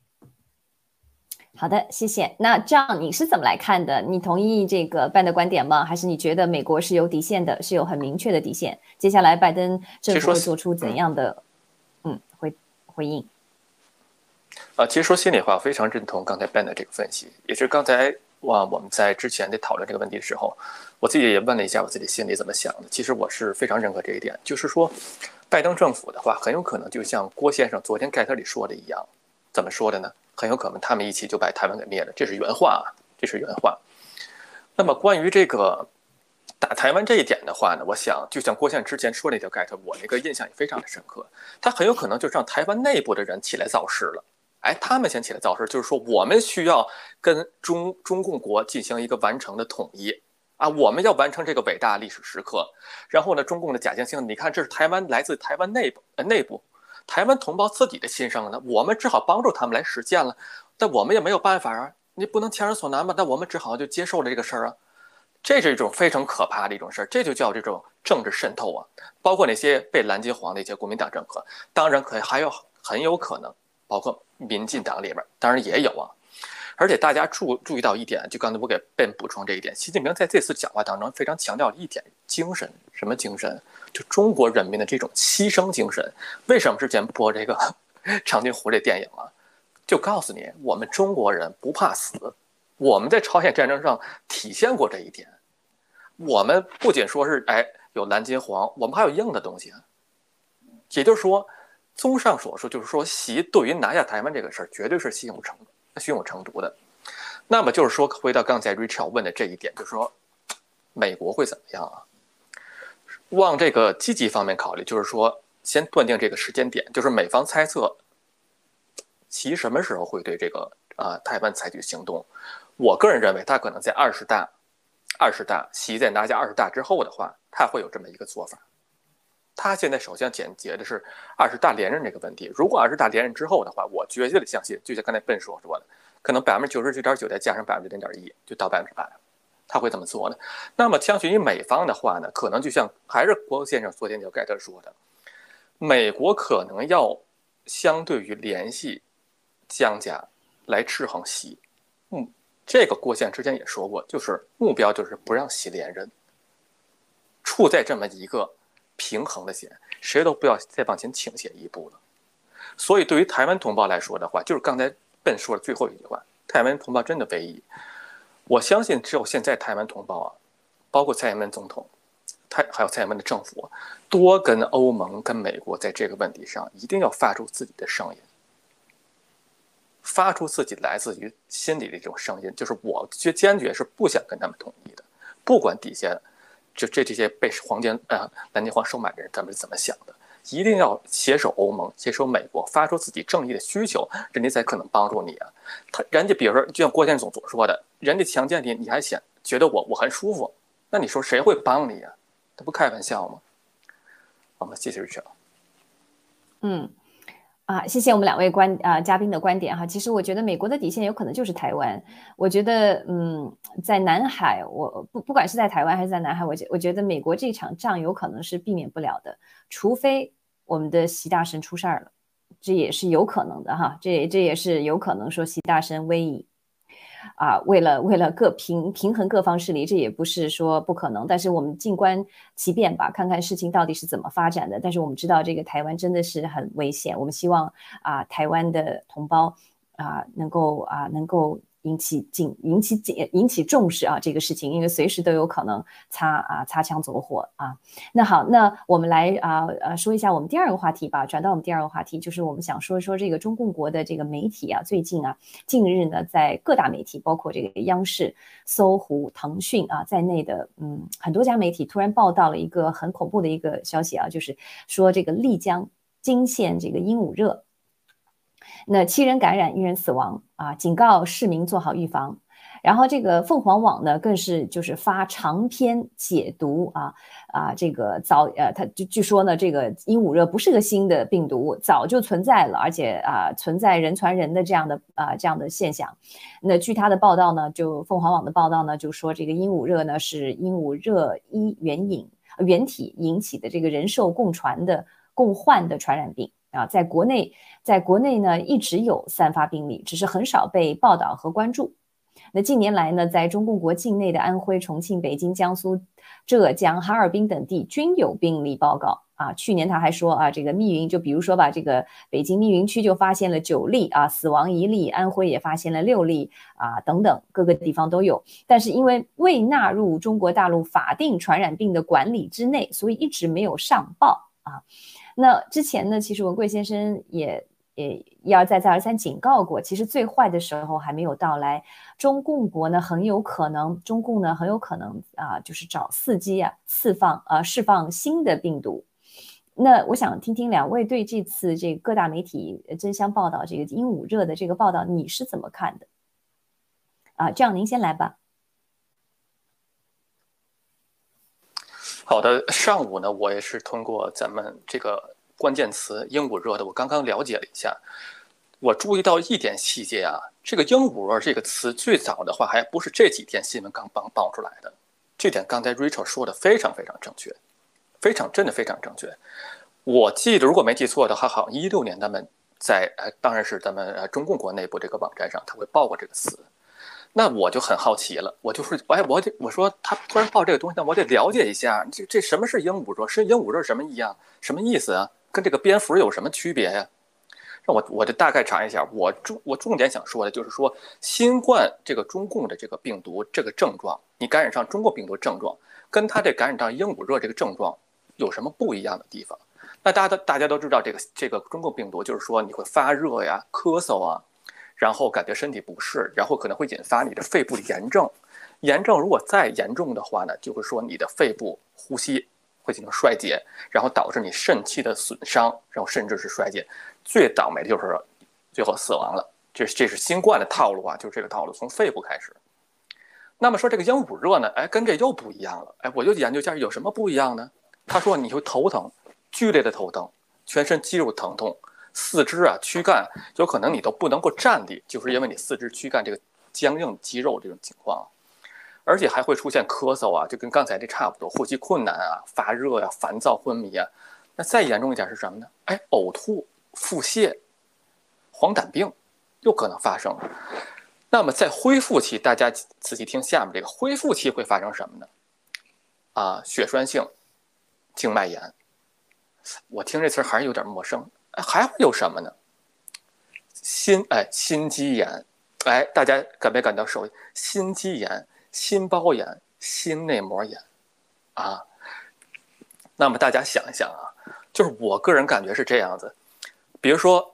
好的，谢谢。那这样你是怎么来看的？你同意这个拜登的观点吗？还是你觉得美国是有底线的，是有很明确的底线？接下来拜登政府会做出怎样的回应？ 其实说心里话，我非常认同刚才 Ben 的这个分析，也是刚才我们在之前在讨论这个问题的时候，我自己也问了一下我自己心里怎么想的。其实我是非常认可这一点，就是说，拜登政府的话，很有可能就像郭先生昨天盖特里说的一样，怎么说的呢？很有可能他们一起就把台湾给灭了，这是原话，这是原话。那么关于这个打台湾这一点的话呢，我想就像郭先生之前说那条盖特，我那个印象也非常的深刻。他很有可能就让台湾内部的人起来造势了，他们先起来造势，就是说我们需要跟中共国进行一个完成的统一我们要完成这个伟大历史时刻。然后呢，中共的假惺惺，你看这是台湾来自台湾内部。 台湾同胞自己的心声呢？我们只好帮助他们来实践了，但我们也没有办法啊，你不能强人所难嘛，那我们只好就接受了这个事儿啊。这是一种非常可怕的一种事儿，这就叫这种政治渗透啊！包括那些被蓝金黄的一些国民党政客，当然很有可能，包括民进党里边，当然也有啊。而且大家注意到一点，就刚才我给Ben补充这一点，习近平在这次讲话当中非常强调一点精神，什么精神？就中国人民的这种牺牲精神。为什么之前播这个长津湖这电影啊？就告诉你，我们中国人不怕死，我们在朝鲜战争上体现过这一点。我们不仅说是有蓝金黄，我们还有硬的东西啊。也就是说，综上所述，就是说习对于拿下台湾这个事儿，绝对是胸有成竹的。那么就是说，回到刚才 Richard 问的这一点，就是说，美国会怎么样啊？往这个积极方面考虑，就是说，先断定这个时间点，就是美方猜测习什么时候会对这个台湾采取行动。我个人认为，他可能在20大，习在拿下20大之后的话，他会有这么一个做法。他现在首先解决的是20大连任这个问题。如果20大连任之后的话，我绝对的相信，就像刚才Ben说的，可能99.9%再加上0.1%，就到100%，他会这么做的。那么相对于美方的话呢，可能就像还是郭先生昨天就盖特说的，美国可能要相对于联系江家来制衡习。这个郭先生之前也说过，就是目标就是不让习连任，处在这么一个平衡的线，谁都不要再往前倾斜一步了。所以对于台湾同胞来说的话，就是刚才Ben说的最后一句话，台湾同胞真的唯一。我相信只有现在台湾同胞啊，包括蔡英文总统，还有蔡英文的政府，多跟欧盟、跟美国在这个问题上一定要发出自己的声音，发出自己来自于心里的一种声音，就是我坚决是不想跟他们统一的，不管底下这些被蓝金黄收买的人他们是怎么想的，一定要携手欧盟，携手美国，发出自己正义的需求，人家才可能帮助你啊。人家比如说，就像郭先生所说的，人家强奸你还觉得我很舒服，那你说谁会帮你啊？这不开玩笑吗？好了，谢谢 Richard。 谢谢我们2位嘉宾的观点哈。其实我觉得美国的底线有可能就是台湾。我觉得在南海，我不管是在台湾还是在南海，我觉得美国这场仗有可能是避免不了的，除非我们的习大神出事儿了，这也是有可能的哈。这也是有可能说习大神威仪为了平衡各方势力，这也不是说不可能，但是我们静观其变吧，看看事情到底是怎么发展的。但是我们知道这个台湾真的是很危险，我们希望台湾的同胞能够引起重视这个事情，因为随时都有可能擦枪走火那好，那我们来说一下我们第2个话题吧，转到我们第2个话题，就是我们想说一说这个中共国的这个媒体最近日呢，在各大媒体，包括这个央视、搜狐、腾讯在内的很多家媒体突然报道了一个很恐怖的一个消息就是说这个丽江惊现这个鹦鹉热。那7人感染，1人死亡警告市民做好预防。然后这个凤凰网呢，更是就是发长篇解读这个他据说呢，这个鹦鹉热不是个新的病毒，早就存在了，而且存在人传人的这样的现象。那据他的报道呢，就凤凰网的报道呢，就说这个鹦鹉热呢是鹦鹉热一原体引起的这个人兽共患的传染病。在国内呢一直有散发病例，只是很少被报道和关注。那近年来呢，在中共国境内的安徽、重庆、北京、江苏、浙江、哈尔滨等地均有病例报告去年他还说这个密云，就比如说吧，这个北京密云区就发现了9例死亡1例，安徽也发现了6例等等，各个地方都有。但是因为未纳入中国大陆法定传染病的管理之内，所以一直没有上报那之前呢，其实文贵先生也一而再再而三警告过，其实最坏的时候还没有到来，中共国呢很有可能就是找伺机释放新的病毒。那我想听听2位对这次这各大媒体争相报道这个鹦鹉热的这个报道，你是怎么看的这样您先来吧。 好的，上午呢，我也是通过咱们这个关键词鹦鹉热的，我刚刚了解了一下，我注意到一点细节啊，这个鹦鹉热这个词最早的话还不是这几天新闻刚爆出来的，这点刚才 Rachel 说的非常非常正确，真的非常正确。我记得如果没记错的话，好像16年他们在当然是咱们中共国内部这个网站上他会报过这个词。那我就很好奇了，我就说，我说他突然报这个东西，那我得了解一下，这什么是鹦鹉热？是鹦鹉热什么意思啊？跟这个蝙蝠有什么区别呀？让我就大概查一下。我重点想说的就是说，新冠这个中共的这个病毒这个症状，你感染上中共病毒症状，跟他这感染上鹦鹉热这个症状有什么不一样的地方？那大家都知道，这个中共病毒就是说你会发热呀、咳嗽啊。然后感觉身体不适，然后可能会引发你的肺部的炎症。炎症如果再严重的话呢，就会说你的肺部呼吸会进行衰竭，然后导致你肾气的损伤，然后甚至是衰竭。最倒霉的就是最后死亡了。这是新冠的套路啊，就是这个套路，从肺部开始。那么说这个鹦鹉热呢，跟这又不一样了。我就研究一下有什么不一样呢？他说你会头疼，剧烈的头疼，全身肌肉疼痛。四肢啊、躯干有可能你都不能够站立，就是因为你四肢躯干这个僵硬肌肉这种情况，而且还会出现咳嗽啊，就跟刚才这差不多，呼吸困难啊、发热啊、烦躁、昏迷啊。那再严重一点是什么呢？呕吐、腹泻、黄疸病有可能发生。那么在恢复期，大家仔细听下面这个恢复期会发生什么呢？血栓性静脉炎，我听这词还是有点陌生。还会有什么呢？心肌炎，大家感没感到熟悉？心肌炎、心包炎、心内膜炎，啊。那么大家想一想啊，就是我个人感觉是这样子，比如说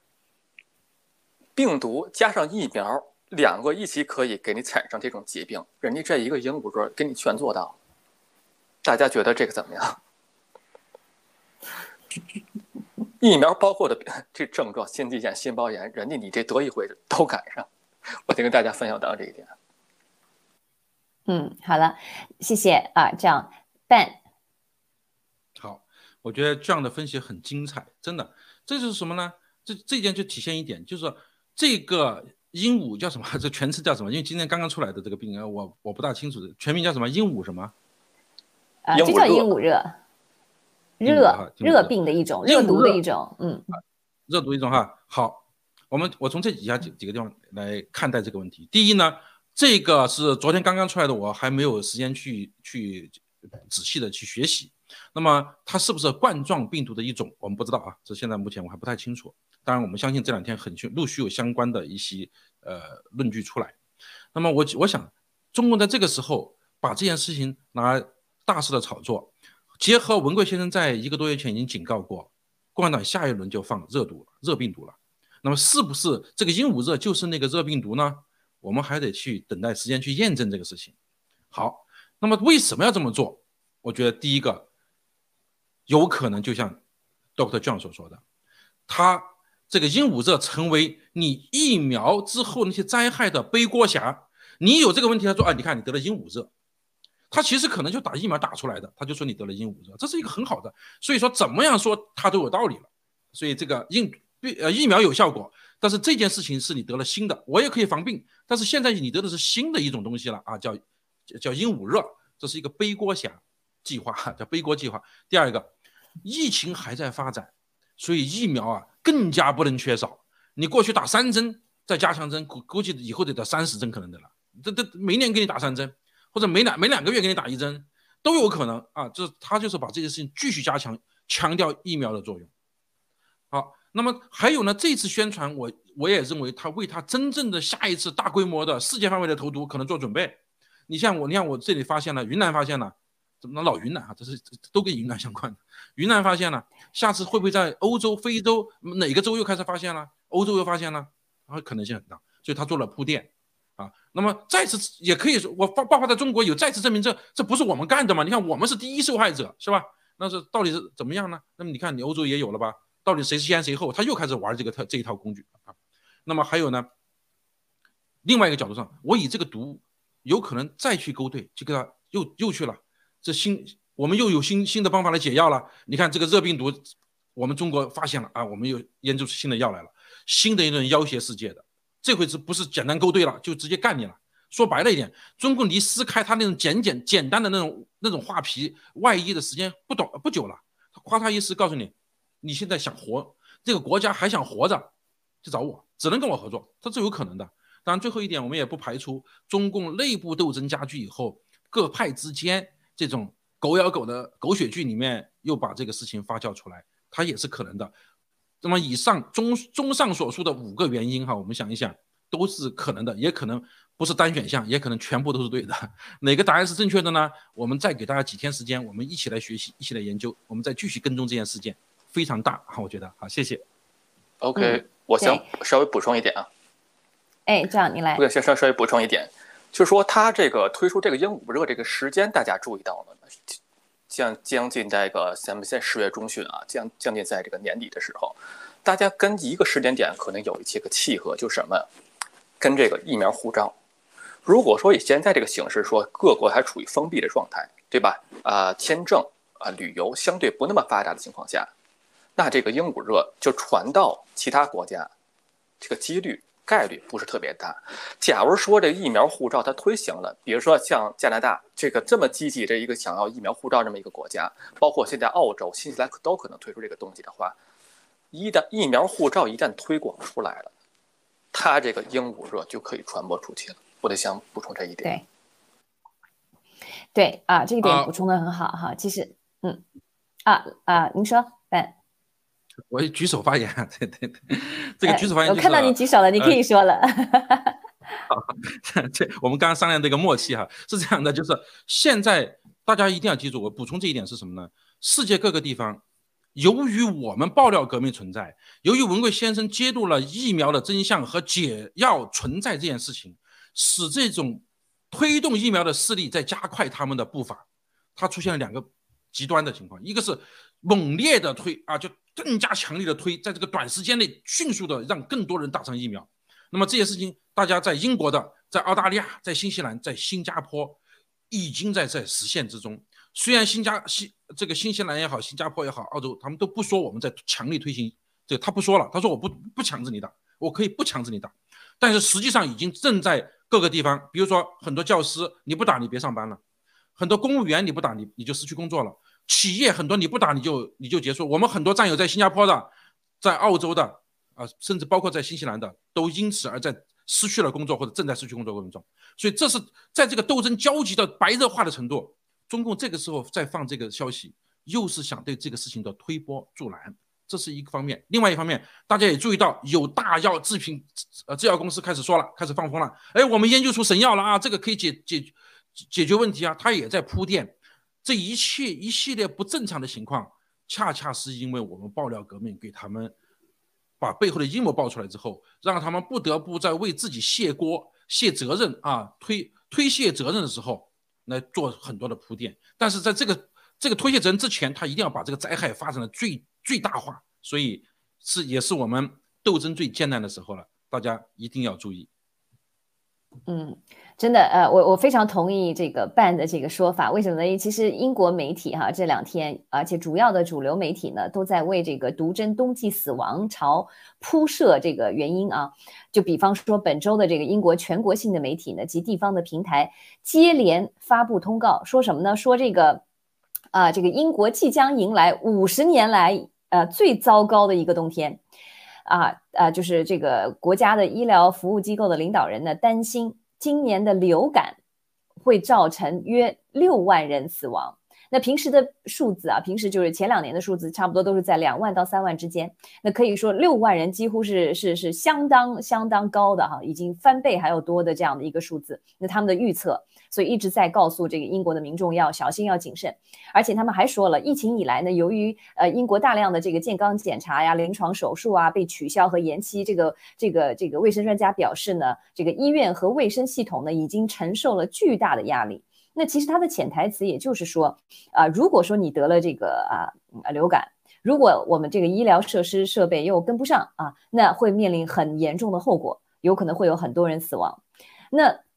病毒加上疫苗，两个一起可以给你产生这种疾病，人家这一个鹦鹉热给你全做到，大家觉得这个怎么样？疫苗包括的这症状，心肌炎、心包炎，人家你这得一回都赶上。我得跟大家分享到这一点。 好了，谢谢啊，这样 Ben。 好，我觉得这样的分析很精彩，真的，这就是什么呢？这件就体现一点，就是说这个鹦鹉叫什么？这全词叫什么？因为今天刚刚出来的这个病我不大清楚，全名叫什么？鹦鹉什么？ 就叫鹦鹉热。热病的一种，热毒的一种， 热毒一种哈。好，我从这几个地方来看待这个问题。第一呢，这个是昨天刚刚出来的，我还没有时间去仔细的去学习。那么它是不是冠状病毒的一种，我们不知道啊，这现在目前我还不太清楚。当然，我们相信这两天陆续有相关的一些论据出来。那么我想，中共在这个时候把这件事情拿来大肆的炒作。结合文贵先生在1个多月前已经警告过，共产党下一轮就放热病毒了。那么是不是这个鹦鹉热就是那个热病毒呢？我们还得去等待时间去验证这个事情。好，那么为什么要这么做？我觉得第一个有可能就像 Dr. John 所说的，他这个鹦鹉热成为你疫苗之后那些灾害的背锅侠。你有这个问题，他说你看你得了鹦鹉热。他其实可能就打疫苗打出来的，他就说你得了鹦鹉热，这是一个很好的，所以说怎么样说他都有道理了。所以这个疫苗有效果，但是这件事情是你得了新的，我也可以防病，但是现在你得的是新的一种东西了啊，叫鹦鹉热，这是一个背锅侠计划，叫背锅计划。第二个，疫情还在发展，所以疫苗更加不能缺少。你过去打3针再加强针，估计以后得打30针可能的了，这每年给你打3针。或者每2个月给你打1针都有可能啊，他就是把这件事情继续加强，强调疫苗的作用。好，那么还有呢，这次宣传我也认为他为他真正的下一次大规模的世界范围的投毒可能做准备。你看我这里发现了，云南发现了，怎么老云南这是都跟云南相关的。云南发现了，下次会不会在欧洲、非洲哪个州又开始发现了？欧洲又发现了，可能性很大，所以他做了铺垫。那么再次也可以说，我爆发在中国有再次证明这不是我们干的嘛？你看我们是第一受害者，是吧？那是到底是怎么样呢？那么你看你欧洲也有了吧？到底谁先谁后？他又开始玩这一套工具啊。那么还有呢，另外一个角度上，我以这个毒有可能再去勾兑，就给他又去了，我们又有新的方法来解药了。你看这个热病毒我们中国发现了啊，我们又研究出新的药来了，新的一轮要挟世界的，这回不是简单勾兑了，就直接干你了。说白了一点，中共离撕开他那种简单的那种画皮外衣的时间不久了，夸他一撕，告诉你，你现在想活，这个国家还想活着，就找我，只能跟我合作，这是有可能的。当然，最后一点，我们也不排除中共内部斗争加剧以后，各派之间这种狗咬狗的狗血剧里面又把这个事情发酵出来，它也是可能的。那么以上综上所述的5个原因哈，我们想一想，都是可能的，也可能不是单选项，也可能全部都是对的。哪个答案是正确的呢？我们再给大家几天时间，我们一起来学习，一起来研究，我们再继续跟踪这件事件，非常大哈，我觉得好，谢谢。 OK，我想稍微补充一点啊。 这样你来。 我想稍微补充一点，就是说他这个推出这个鹦鹉热这个时间，大家注意到了吗？将近这个咱们现在10月中旬啊，将近在这个年底的时候，大家跟一个时间点可能有一些个契合，就是什么？跟这个疫苗护照。如果说以现在这个形势说，各国还处于封闭的状态，对吧？签证旅游相对不那么发达的情况下，那这个鹦鹉热就传到其他国家，这个概率不是特别大。假如说这疫苗护照它推行了，比如说像加拿大这么积极的一个想要疫苗护照这么一个国家，包括现在澳洲、新西兰都可能推出这个东西的话，疫苗护照一旦推广出来了，它这个鹦鹉热就可以传播出去了。我得想补充这一点。 对啊，这一点补充的很好哈。其实，您说，Ben。 我举手发言，对，这个举手发言、就是， 我看到你举手了，你可以说了。 这我们刚刚商量这个默契哈，是这样的，就是现在大家一定要记住，我补充这一点是什么呢？世界各个地方，由于我们爆料革命存在，由于文贵先生揭露了疫苗的真相和解药存在这件事情，使这种推动疫苗的势力在加快他们的步伐，它出现了2个极端的情况，一个是猛烈的推就更加强烈的推，在这个短时间内迅速的让更多人打上疫苗。那么这些事情，大家在英国的、在澳大利亚、在新西兰、在新加坡已经在实现之中。虽然这个新西兰也好、新加坡也好、澳洲，他们都不说我们在强力推行这个，他不说了，他说我不强制你打，我可以不强制你打，但是实际上已经正在各个地方，比如说很多教师你不打你别上班了，很多公务员你不打你就失去工作了。企业很多你不打你就结束，我们很多战友在新加坡的、在澳洲的甚至包括在新西兰的，都因此而在失去了工作或者正在失去工作过程中。所以这是在这个斗争焦急的白热化的程度，中共这个时候再放这个消息，又是想对这个事情的推波助澜，这是一个方面。另外一方面，大家也注意到有大药制药公司开始说了，开始放风了，我们研究出神药了啊，这个可以解决问题啊，他也在铺垫。这一系列不正常的情况，恰恰是因为我们爆料革命给他们把背后的阴谋爆出来之后，让他们不得不在为自己卸锅、卸责任推卸责任的时候来做很多的铺垫。但是在这个推卸责任之前，他一定要把这个灾害发展的最大化，所以也是我们斗争最艰难的时候了，大家一定要注意。 真的，我非常同意这个办的这个说法。为什么呢？其实英国媒体这2天，而且主要的主流媒体呢，都在为这个毒针冬季死亡潮铺设这个原因啊。就比方说本周的这个英国全国性的媒体呢及地方的平台接连发布通告，说什么呢？说这个英国即将迎来50年来最糟糕的一个冬天。就是这个国家的医疗服务机构的领导人呢，担心今年的流感会造成约6万人死亡。那平时的数字平时就是前2年的数字，差不多都是在2万到3万之间。那可以说6万人几乎是相当高的已经翻倍还要多的这样的一个数字。那他们的预测，所以一直在告诉这个英国的民众要小心要谨慎。而且他们还说了，疫情以来呢，由于英国大量的这个健康检查呀、临床手术被取消和延期，这个卫生专家表示呢，这个医院和卫生系统呢已经承受了巨大的压力。那其实它的潜台词也就是说，如果说你得了这个流感，如果我们这个医疗设施设备又跟不上那会面临很严重的后果，有可能会有很多人死亡。那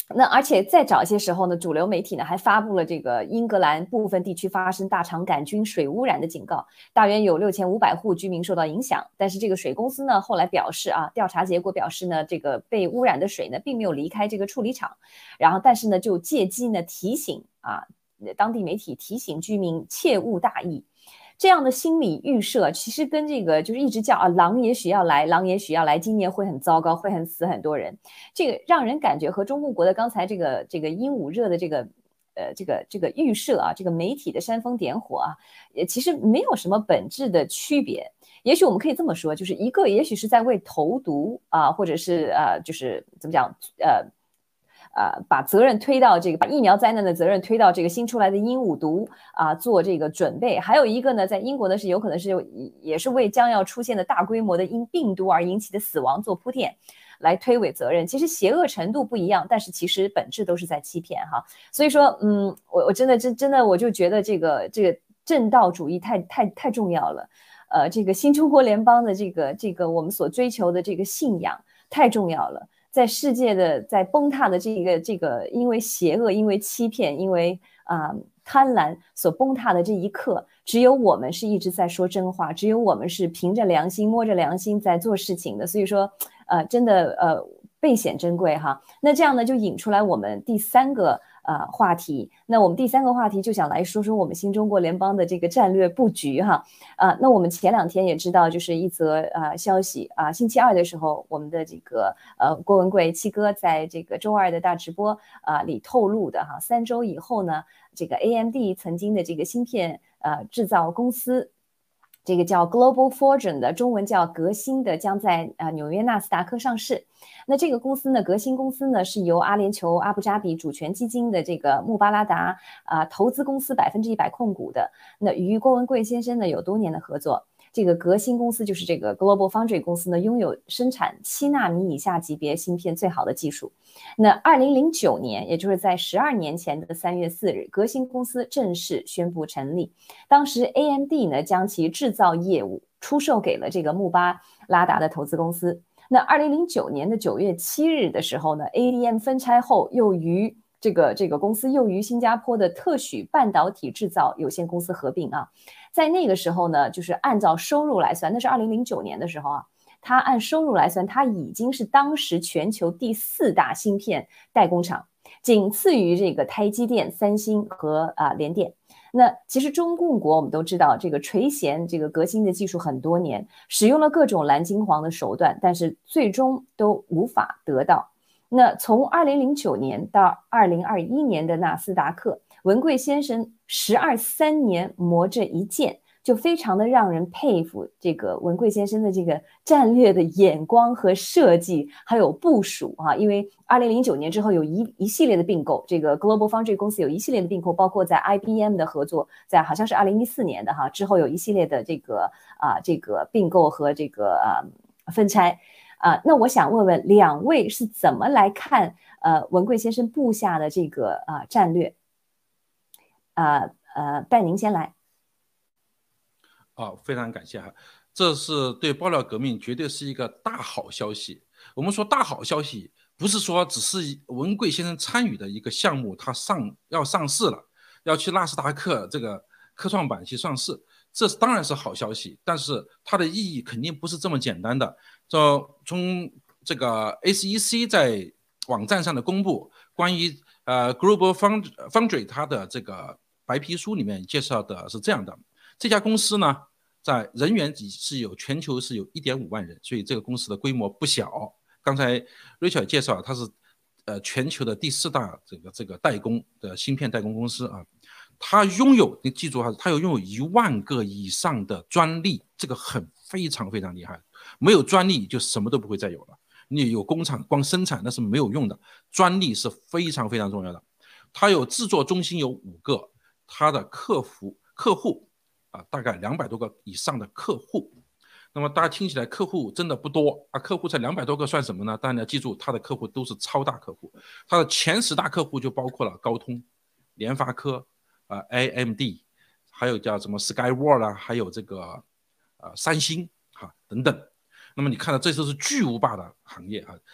那而且再早些时候呢，主流媒体呢还发布了这个英格兰部分地区发生大肠杆菌水污染的警告，大约有6500户居民受到影响。但是这个水公司呢后来表示啊，调查结果表示呢，这个被污染的水呢并没有离开这个处理厂，然后但是呢就借机呢提醒啊，当地媒体提醒居民切勿大意。这样的心理预设，其实跟这个就是一直叫啊，狼也许要来，狼也许要来，今年会很糟糕，会很死很多人，这个让人感觉和中共国的刚才这个鹦鹉热的这个预设啊，这个媒体的煽风点火啊，也其实没有什么本质的区别。也许我们可以这么说，就是一个也许是在为投毒啊，或者是就是怎么讲把责任推到这个，把疫苗灾难的责任推到这个新出来的鹦鹉毒啊做这个准备。还有一个呢，在英国呢是有可能是也是为将要出现的大规模的因病毒而引起的死亡做铺垫，来推诿责任。其实邪恶程度不一样，但是其实本质都是在欺骗哈。所以说，我真的我就觉得这个正道主义太重要了。这个新中国联邦的这个我们所追求的这个信仰太重要了。在世界的在崩塌的这个因为邪恶、因为欺骗、因为贪婪所崩塌的这一刻，只有我们是一直在说真话，只有我们是凭着良心、摸着良心在做事情的。所以说，真的倍显珍贵哈。那这样呢，就引出来我们第三个话题。那我们第三个话题就想来说说我们新中国联邦的这个战略布局哈。那我们前2天也知道，就是一则消息啊，星期二的时候，我们的这个郭文贵七哥在这个周二的大直播里透露的哈，3周以后呢，这个 AMD 曾经的这个芯片制造公司。这个叫 Global Fortune 的，中文叫革新的，将在纽约纳斯达克上市。那这个公司呢，革新公司呢是由阿联酋阿布扎比主权基金的这个穆巴拉达投资公司100%控股的。那与郭文贵先生呢有多年的合作。这个革新公司就是这个 Global Foundry 公司呢，拥有生产7纳米以下级别芯片最好的技术。那2009年，也就是在12年前的3月4日，革新公司正式宣布成立。当时 AMD 呢将其制造业务出售给了这个穆巴拉达的投资公司。那2009年的9月7日的时候呢 ，ADM 分拆后又与这个公司又与新加坡的特许半导体制造有限公司合并啊。在那个时候呢，就是按照收入来算，那是2009年的时候啊，它按收入来算，它已经是当时全球第4大芯片代工厂，仅次于这个台积电、三星和联电。那其实中共国我们都知道，这个垂涎这个革新的技术很多年，使用了各种蓝金黄的手段，但是最终都无法得到。那从2009年到2021年的纳斯达克，文贵先生3年磨这一剑，就非常的让人佩服这个文贵先生的这个战略的眼光和设计，还有部署啊。因为2009年之后有一系列的并购，这个 Global Foundry 公司有一系列的并购，包括在 IBM 的合作，在好像是2014年的哈，之后有一系列的这个并购和这个分拆。那我想问问2位是怎么来看文贵先生布下的这个战略？拜您先来。 非常感谢哈，这是对爆料革命绝对是一个大好消息。我们说大好消息，不是说只是文贵先生参与的一个项目，他要上市了，要去纳斯达克这个科创板去上市，这当然是好消息，但是它的意义肯定不是这么简单的。从这个 SEC 在网站上的公布关于Global Foundry 它的这个白皮书里面介绍的是这样的，这家公司呢在人员全球是有1.5万人，所以这个公司的规模不小。刚才 Rachel 介绍它是全球的第4大这个代工的芯片代工公司啊。它拥有，你记住哈，它拥有1万个以上的专利，这个非常非常厉害。没有专利就什么都不会再有了。你有工厂光生产那是没有用的，专利是非常非常重要的。它有制作中心有5个，它的客户大概200多个以上的客户。那么大家听起来客户真的不多啊，客户才200多个算什么呢？当然要记住，它的客户都是超大客户。它的前10大客户就包括了高通、联发科、AMD， 还有叫什么 Skyward 啊，还有这个三星等等。那么你看到这都是巨无霸的行业啊。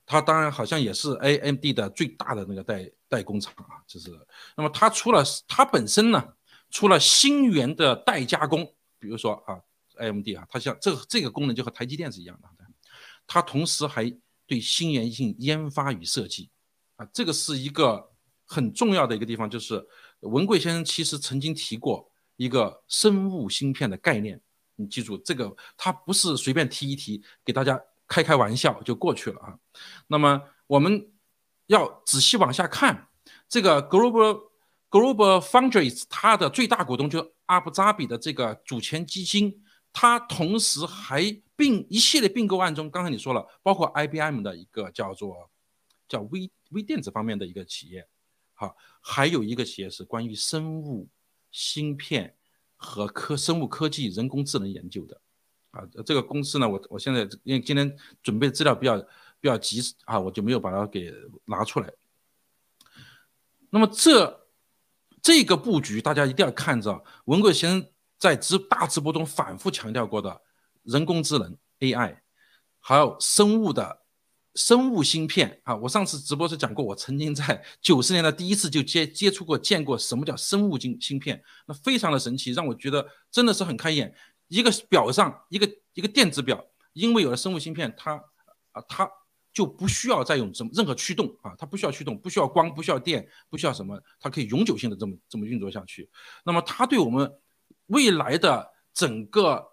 它当然好像也是 AMD 的最大的那个代工厂啊，就是。那么它本身呢，除了芯圆的代加工，比如说啊 AMD 啊，它像这个功能就和台积电是一样的，它同时还对芯圆性研发与设计啊，这个是一个很重要的一个地方，就是文贵先生其实曾经提过一个生物芯片的概念，你记住这个，他不是随便提一提，给大家开玩笑就过去了啊。那么我们要仔细往下看，这个 Global Foundries 它的最大股东就阿布扎比的这个主权基金，它同时还一系列并购案中，刚才你说了，包括 IBM 的一个叫微电子方面的一个企业，好，还有一个企业是关于生物芯片和生物科技、人工智能研究的，啊，这个公司呢，我现在因为今天准备资料比较急啊，我就没有把它给拿出来。那么这个布局，大家一定要看着文贵先生在大直播中反复强调过的人工智能 AI， 还有生物芯片啊。我上次直播时讲过，我曾经在90年代第一次就见过什么叫生物芯片，那非常的神奇，让我觉得真的是很开眼。一个表上一个电子表，因为有了生物芯片，它就不需要再用任何驱动啊，它不需要驱动，不需要光，不需要电，不需要什么，它可以永久性的这么运作下去。那么它对我们未来的整个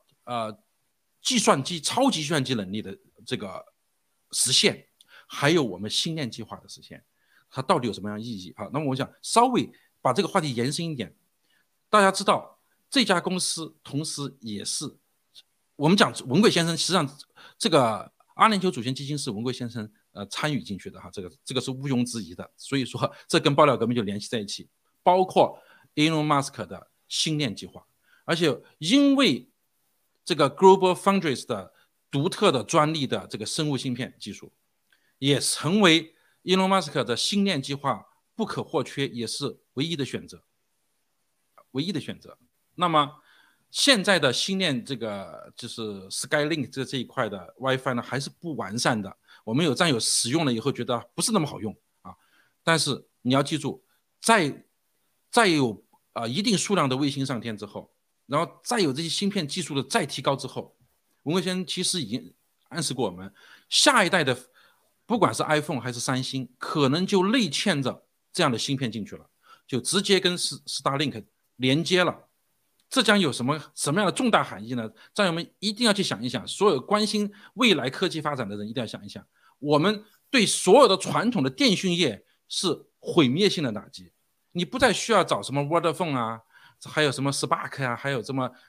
超级计算机能力的这个实现，还有我们星链计划的实现，它到底有什么样的意义啊？那么我想稍微把这个话题延伸一点，大家知道这家公司同时也是我们讲文贵先生，实际上这个阿联酋主权基金是文贵先生参与进去的哈，这个是毋庸置疑的，所以说这跟爆料革命就联系在一起，包括 Elon Musk 的星链计划，而且因为这个 Global Foundries 的独特的专利的这个生物芯片技术，也成为 Elon Musk 的星链计划不可或缺，也是唯一的选择。那么现在的星链这个就是 Skylink 这一块的 WiFi 呢，还是不完善的。我们有战友使用了以后觉得不是那么好用啊。但是你要记住，再有一定数量的卫星上天之后，然后再有这些芯片技术的再提高之后，文贵先生其实已经暗示过我们，下一代的不管是 iPhone 还是三星，可能就内嵌着这样的芯片进去了，就直接跟 Starlink 连接了。这将有什么样的重大含义呢？战友们一定要去想一想，所有关心未来科技发展的人一定要想一想，我们对所有的传统的电讯业是毁灭性的打击。你不再需要找什么 Vodafone 啊，还有什么 Spark 啊，还有什么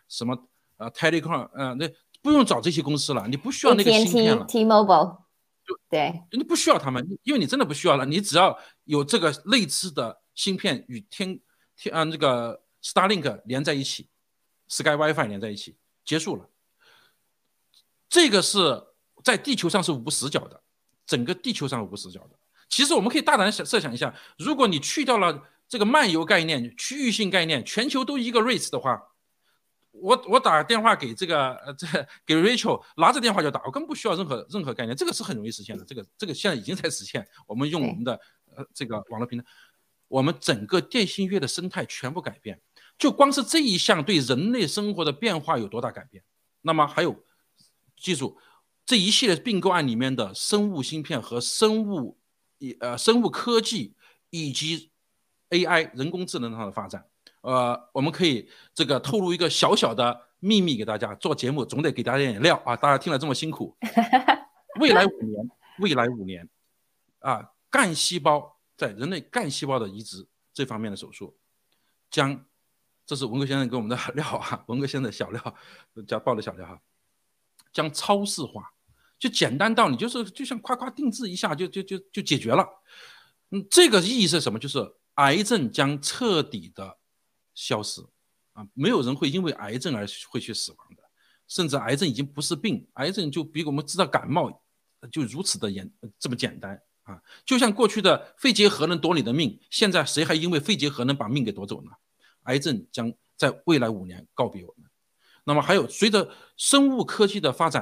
Telecom 那不用找这些公司了，你不需要那个芯片了。 T-Mobile， 对， 你不需要他们，因为你真的不需要了，你只要有这个类似的芯片与这个 Starlink 连在一起 ，Sky WiFi 连在一起，结束了。这个是在地球上是无死角的，整个地球上无死角的。其实我们可以大胆设想一下，如果你去掉了这个漫游概念、区域性概念，全球都一个 race 的话，我打电话给给 Rachel， 拿着电话就打，我根本不需要任何概念，这个是很容易实现的。这个现在已经在实现，我们用我们的这个网络平台，我们整个电信业的生态全部改变。就光是这一项对人类生活的变化有多大改变？那么还有，记住这一系列并购案里面的生物芯片和生物科技以及 AI 人工智能上的发展。我们可以这个透露一个小小的秘密给大家，做节目总得给大家点料啊！大家听了这么辛苦，未来5年啊，干细胞在人类干细胞的移植这方面的手术这是文贵先生给我们的料啊，文贵先生的小料，加爆的小料哈，将超视化，就简单到你就像夸夸定制一下就解决了。这个意义是什么？就是癌症将彻底的消失啊，没有人会因为癌症而会去死亡的，甚至癌症已经不是病，癌症就比我们知道感冒就如此的这么简单啊。就像过去的肺结核能夺你的命，现在谁还因为肺结核能把命给夺走呢？癌症将在未来5年告别我们。那么还有随着生物科技的发展，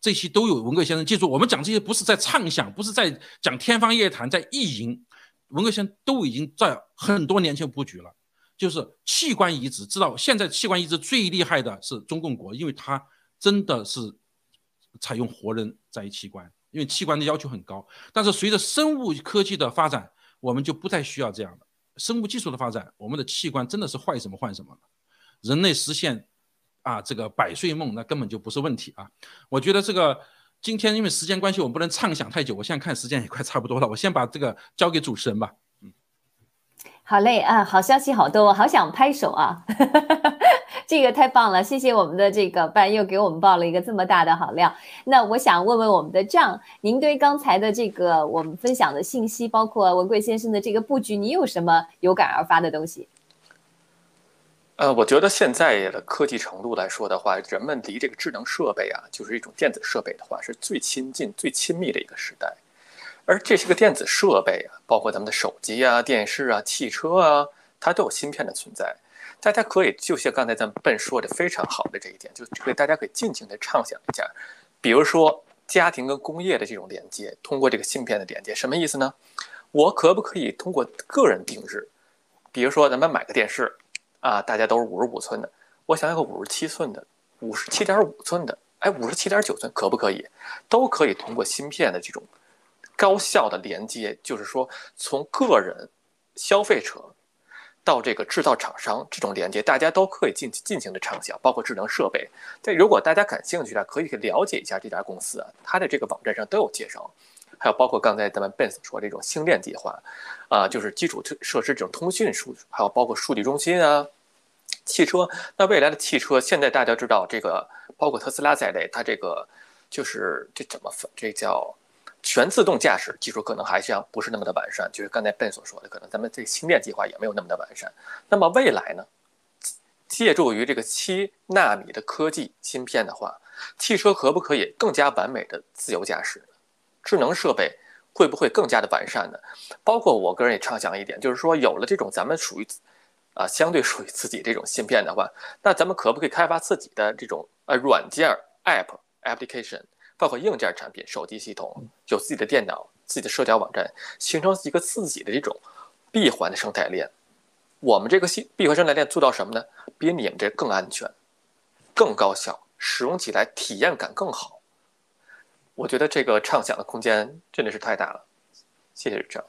这些都有文贵先生。记住，我们讲这些不是在畅想，不是在讲天方夜谭，在意淫。文贵先生都已经在很多年前布局了，就是器官移植。知道现在器官移植最厉害的是中共国，因为它真的是采用活人在移器官，因为器官的要求很高。但是随着生物科技的发展，我们就不再需要这样的。生物技术的发展，我们的器官真的是坏什么换什么了。人类实现这个百岁梦，那根本就不是问题啊！我觉得这个今天因为时间关系，我们不能畅想太久。我现在看时间也快差不多了，我先把这个交给主持人吧。 好嘞啊，好消息好多，好想拍手啊！这个太棒了，谢谢我们的这个班又给我们报了一个这么大的好料。那我想问问我们的John，您对刚才的这个我们分享的信息，包括文贵先生的这个布局，你有什么有感而发的东西？ 我觉得现在的科技程度来说的话，人们离这个智能设备就是一种电子设备的话，是最亲近、最亲密的一个时代。而这些个电子设备包括咱们的手机电视汽车它都有芯片的存在。大家可以就像刚才咱们Ben说的非常好的这一点，就大家可以尽情的畅想一下，比如说家庭跟工业的这种连接，通过这个芯片的连接，什么意思呢？我可不可以通过个人定制，比如说咱们买个电视大家都是55寸的，我想要个57寸的，57.5寸的，57.9寸，可不可以？都可以通过芯片的这种高效的连接，就是说从个人消费者到这个制造厂商这种连接，大家都可以尽情的畅想，包括智能设备。但如果大家感兴趣的，可以了解一下这家公司它的这个网站上都有介绍。还有包括刚才咱们 Ben 所说这种星链计划就是基础设施这种通讯还有包括数据中心汽车。那未来的汽车，现在大家知道这个，包括特斯拉在内，它这个就是这叫全自动驾驶技术可能还是不是那么的完善，就是刚才 Ben 所说的，可能咱们这个星链计划也没有那么的完善。那么未来呢，借助于这个7纳米的科技芯片的话，汽车可不可以更加完美的自由驾驶呢？智能设备会不会更加的完善呢？包括我个人也畅想一点，就是说有了这种咱们相对属于自己这种芯片的话，那咱们可不可以开发自己的这种软件 application， 包括硬件产品、手机系统，有自己的电脑、自己的社交网站，形成一个自己的这种闭环的生态链。我们这个闭环生态链做到什么呢？比你们这更安全、更高效，使用起来体验感更好。我觉得这个畅想的空间真的是太大了。谢谢John。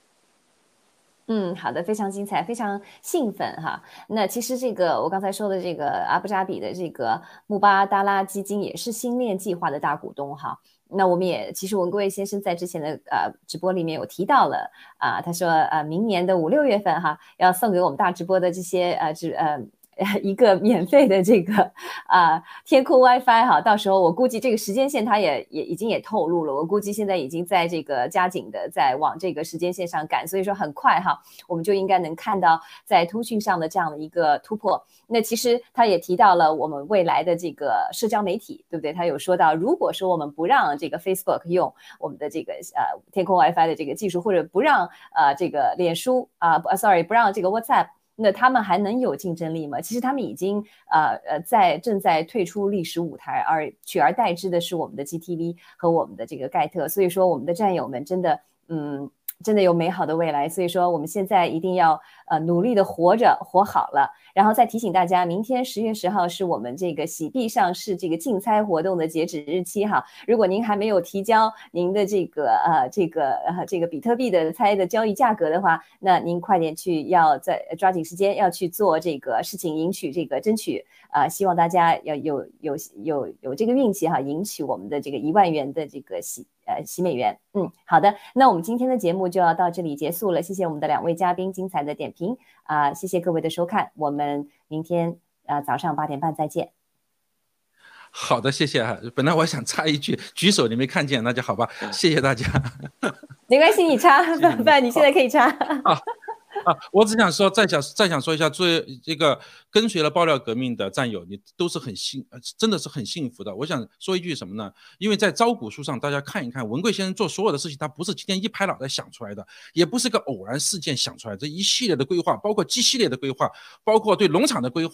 好的，非常精彩，非常兴奋哈。那其实这个我刚才说的这个阿布扎比的这个穆巴达拉基金也是星链计划的大股东哈。那我们其实文贵先生在之前的直播里面有提到了他说明年的5、6月份哈，要送给我们大直播的这些一个免费的这个天空 WiFi 哈，到时候我估计这个时间线它也已经透露了，我估计现在已经在这个加紧的在往这个时间线上赶，所以说很快哈，我们就应该能看到在通讯上的这样的一个突破。那其实他也提到了我们未来的这个社交媒体，对不对？他有说到，如果说我们不让这个 Facebook 用我们的这个天空 WiFi 的这个技术，或者不让这个脸书不让这个 WhatsApp。那他们还能有竞争力吗？其实他们已经正在退出历史舞台，而取而代之的是我们的 GTV 和我们的这个盖特。所以说我们的战友们真的有美好的未来。所以说我们现在一定要努力的活好了。然后再提醒大家，明天10月10号是我们这个洗币上市这个竞猜活动的截止日期哈。如果您还没有提交您的这个比特币的猜的交易价格的话，那您快点去，要再抓紧时间要去做这个事情，赢取这个争取希望大家要有这个运气哈，赢取我们的这个1万元的这个洗美元。好的，那我们今天的节目就要到这里结束了，谢谢我们的2位嘉宾精彩的点评谢谢各位的收看，我们明天早上8点半再见。 好的，谢谢本来我想插一句，举手你没看见，那就好吧，谢谢大家。 没关系，你插，不，你现在可以插。 我只想说，再想说一下，作为这个跟随了爆料革命的战友，你都是真的是很幸福的。我想说一句什么呢？因为在招股书上，大家看一看，文贵先生做所有的事情，他不是今天一拍脑袋想出来的，也不是个偶然事件想出来的，这一系列的规划，包括G系列的规划，包括对农场的规划，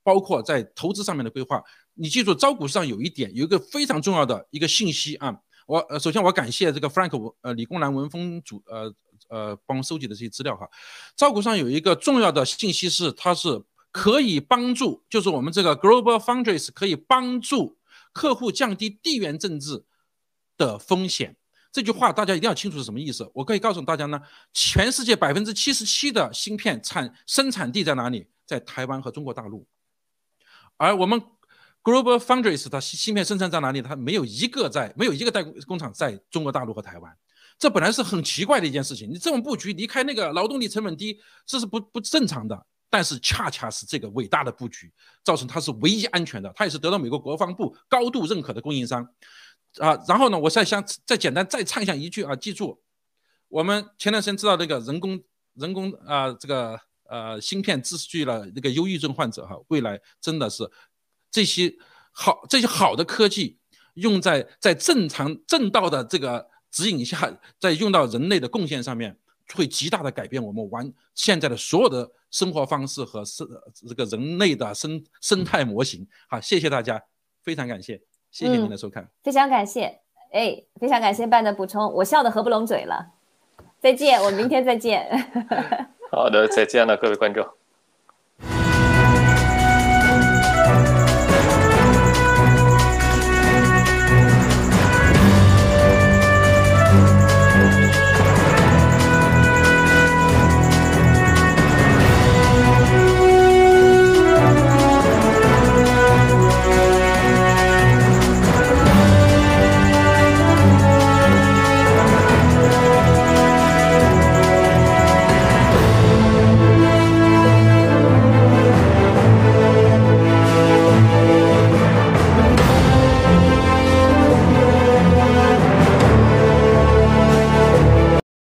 包括在投资上面的规划。你记住，招股上有一个非常重要的一个信息啊。首先我感谢这个 Frank 理工男文峰帮我收集的这些资料哈。招股上有一个重要的信息是，它是可以帮助，就是我们这个 Global Foundries 可以帮助客户降低地缘政治的风险。这句话大家一定要清楚是什么意思。我可以告诉大家呢，全世界77%的芯片生产地在哪里？在台湾和中国大陆。而我们 Global Foundries 它芯片生产在哪里？它没有一个代工厂在中国大陆和台湾。这本来是很奇怪的一件事情，你这种布局离开那个劳动力成本低，这是不正常的。但是恰恰是这个伟大的布局，造成它是唯一安全的，它也是得到美国国防部高度认可的供应商。然后呢，我再简单再唱一下一句啊，记住，我们前段时间知道那个人工这个芯片治愈了那个忧郁症患者哈，未来真的是这些好的科技用在正道的这个指引下，再用到人类的贡献上面，会极大的改变我们现在的所有的生活方式和这个人类的生态模型。好，谢谢大家，非常感谢，谢谢您的收看。 非常感谢，非常感谢伴的补充，我笑得合不拢嘴了。再见，我们明天再见。 好的，再见了，各位观众。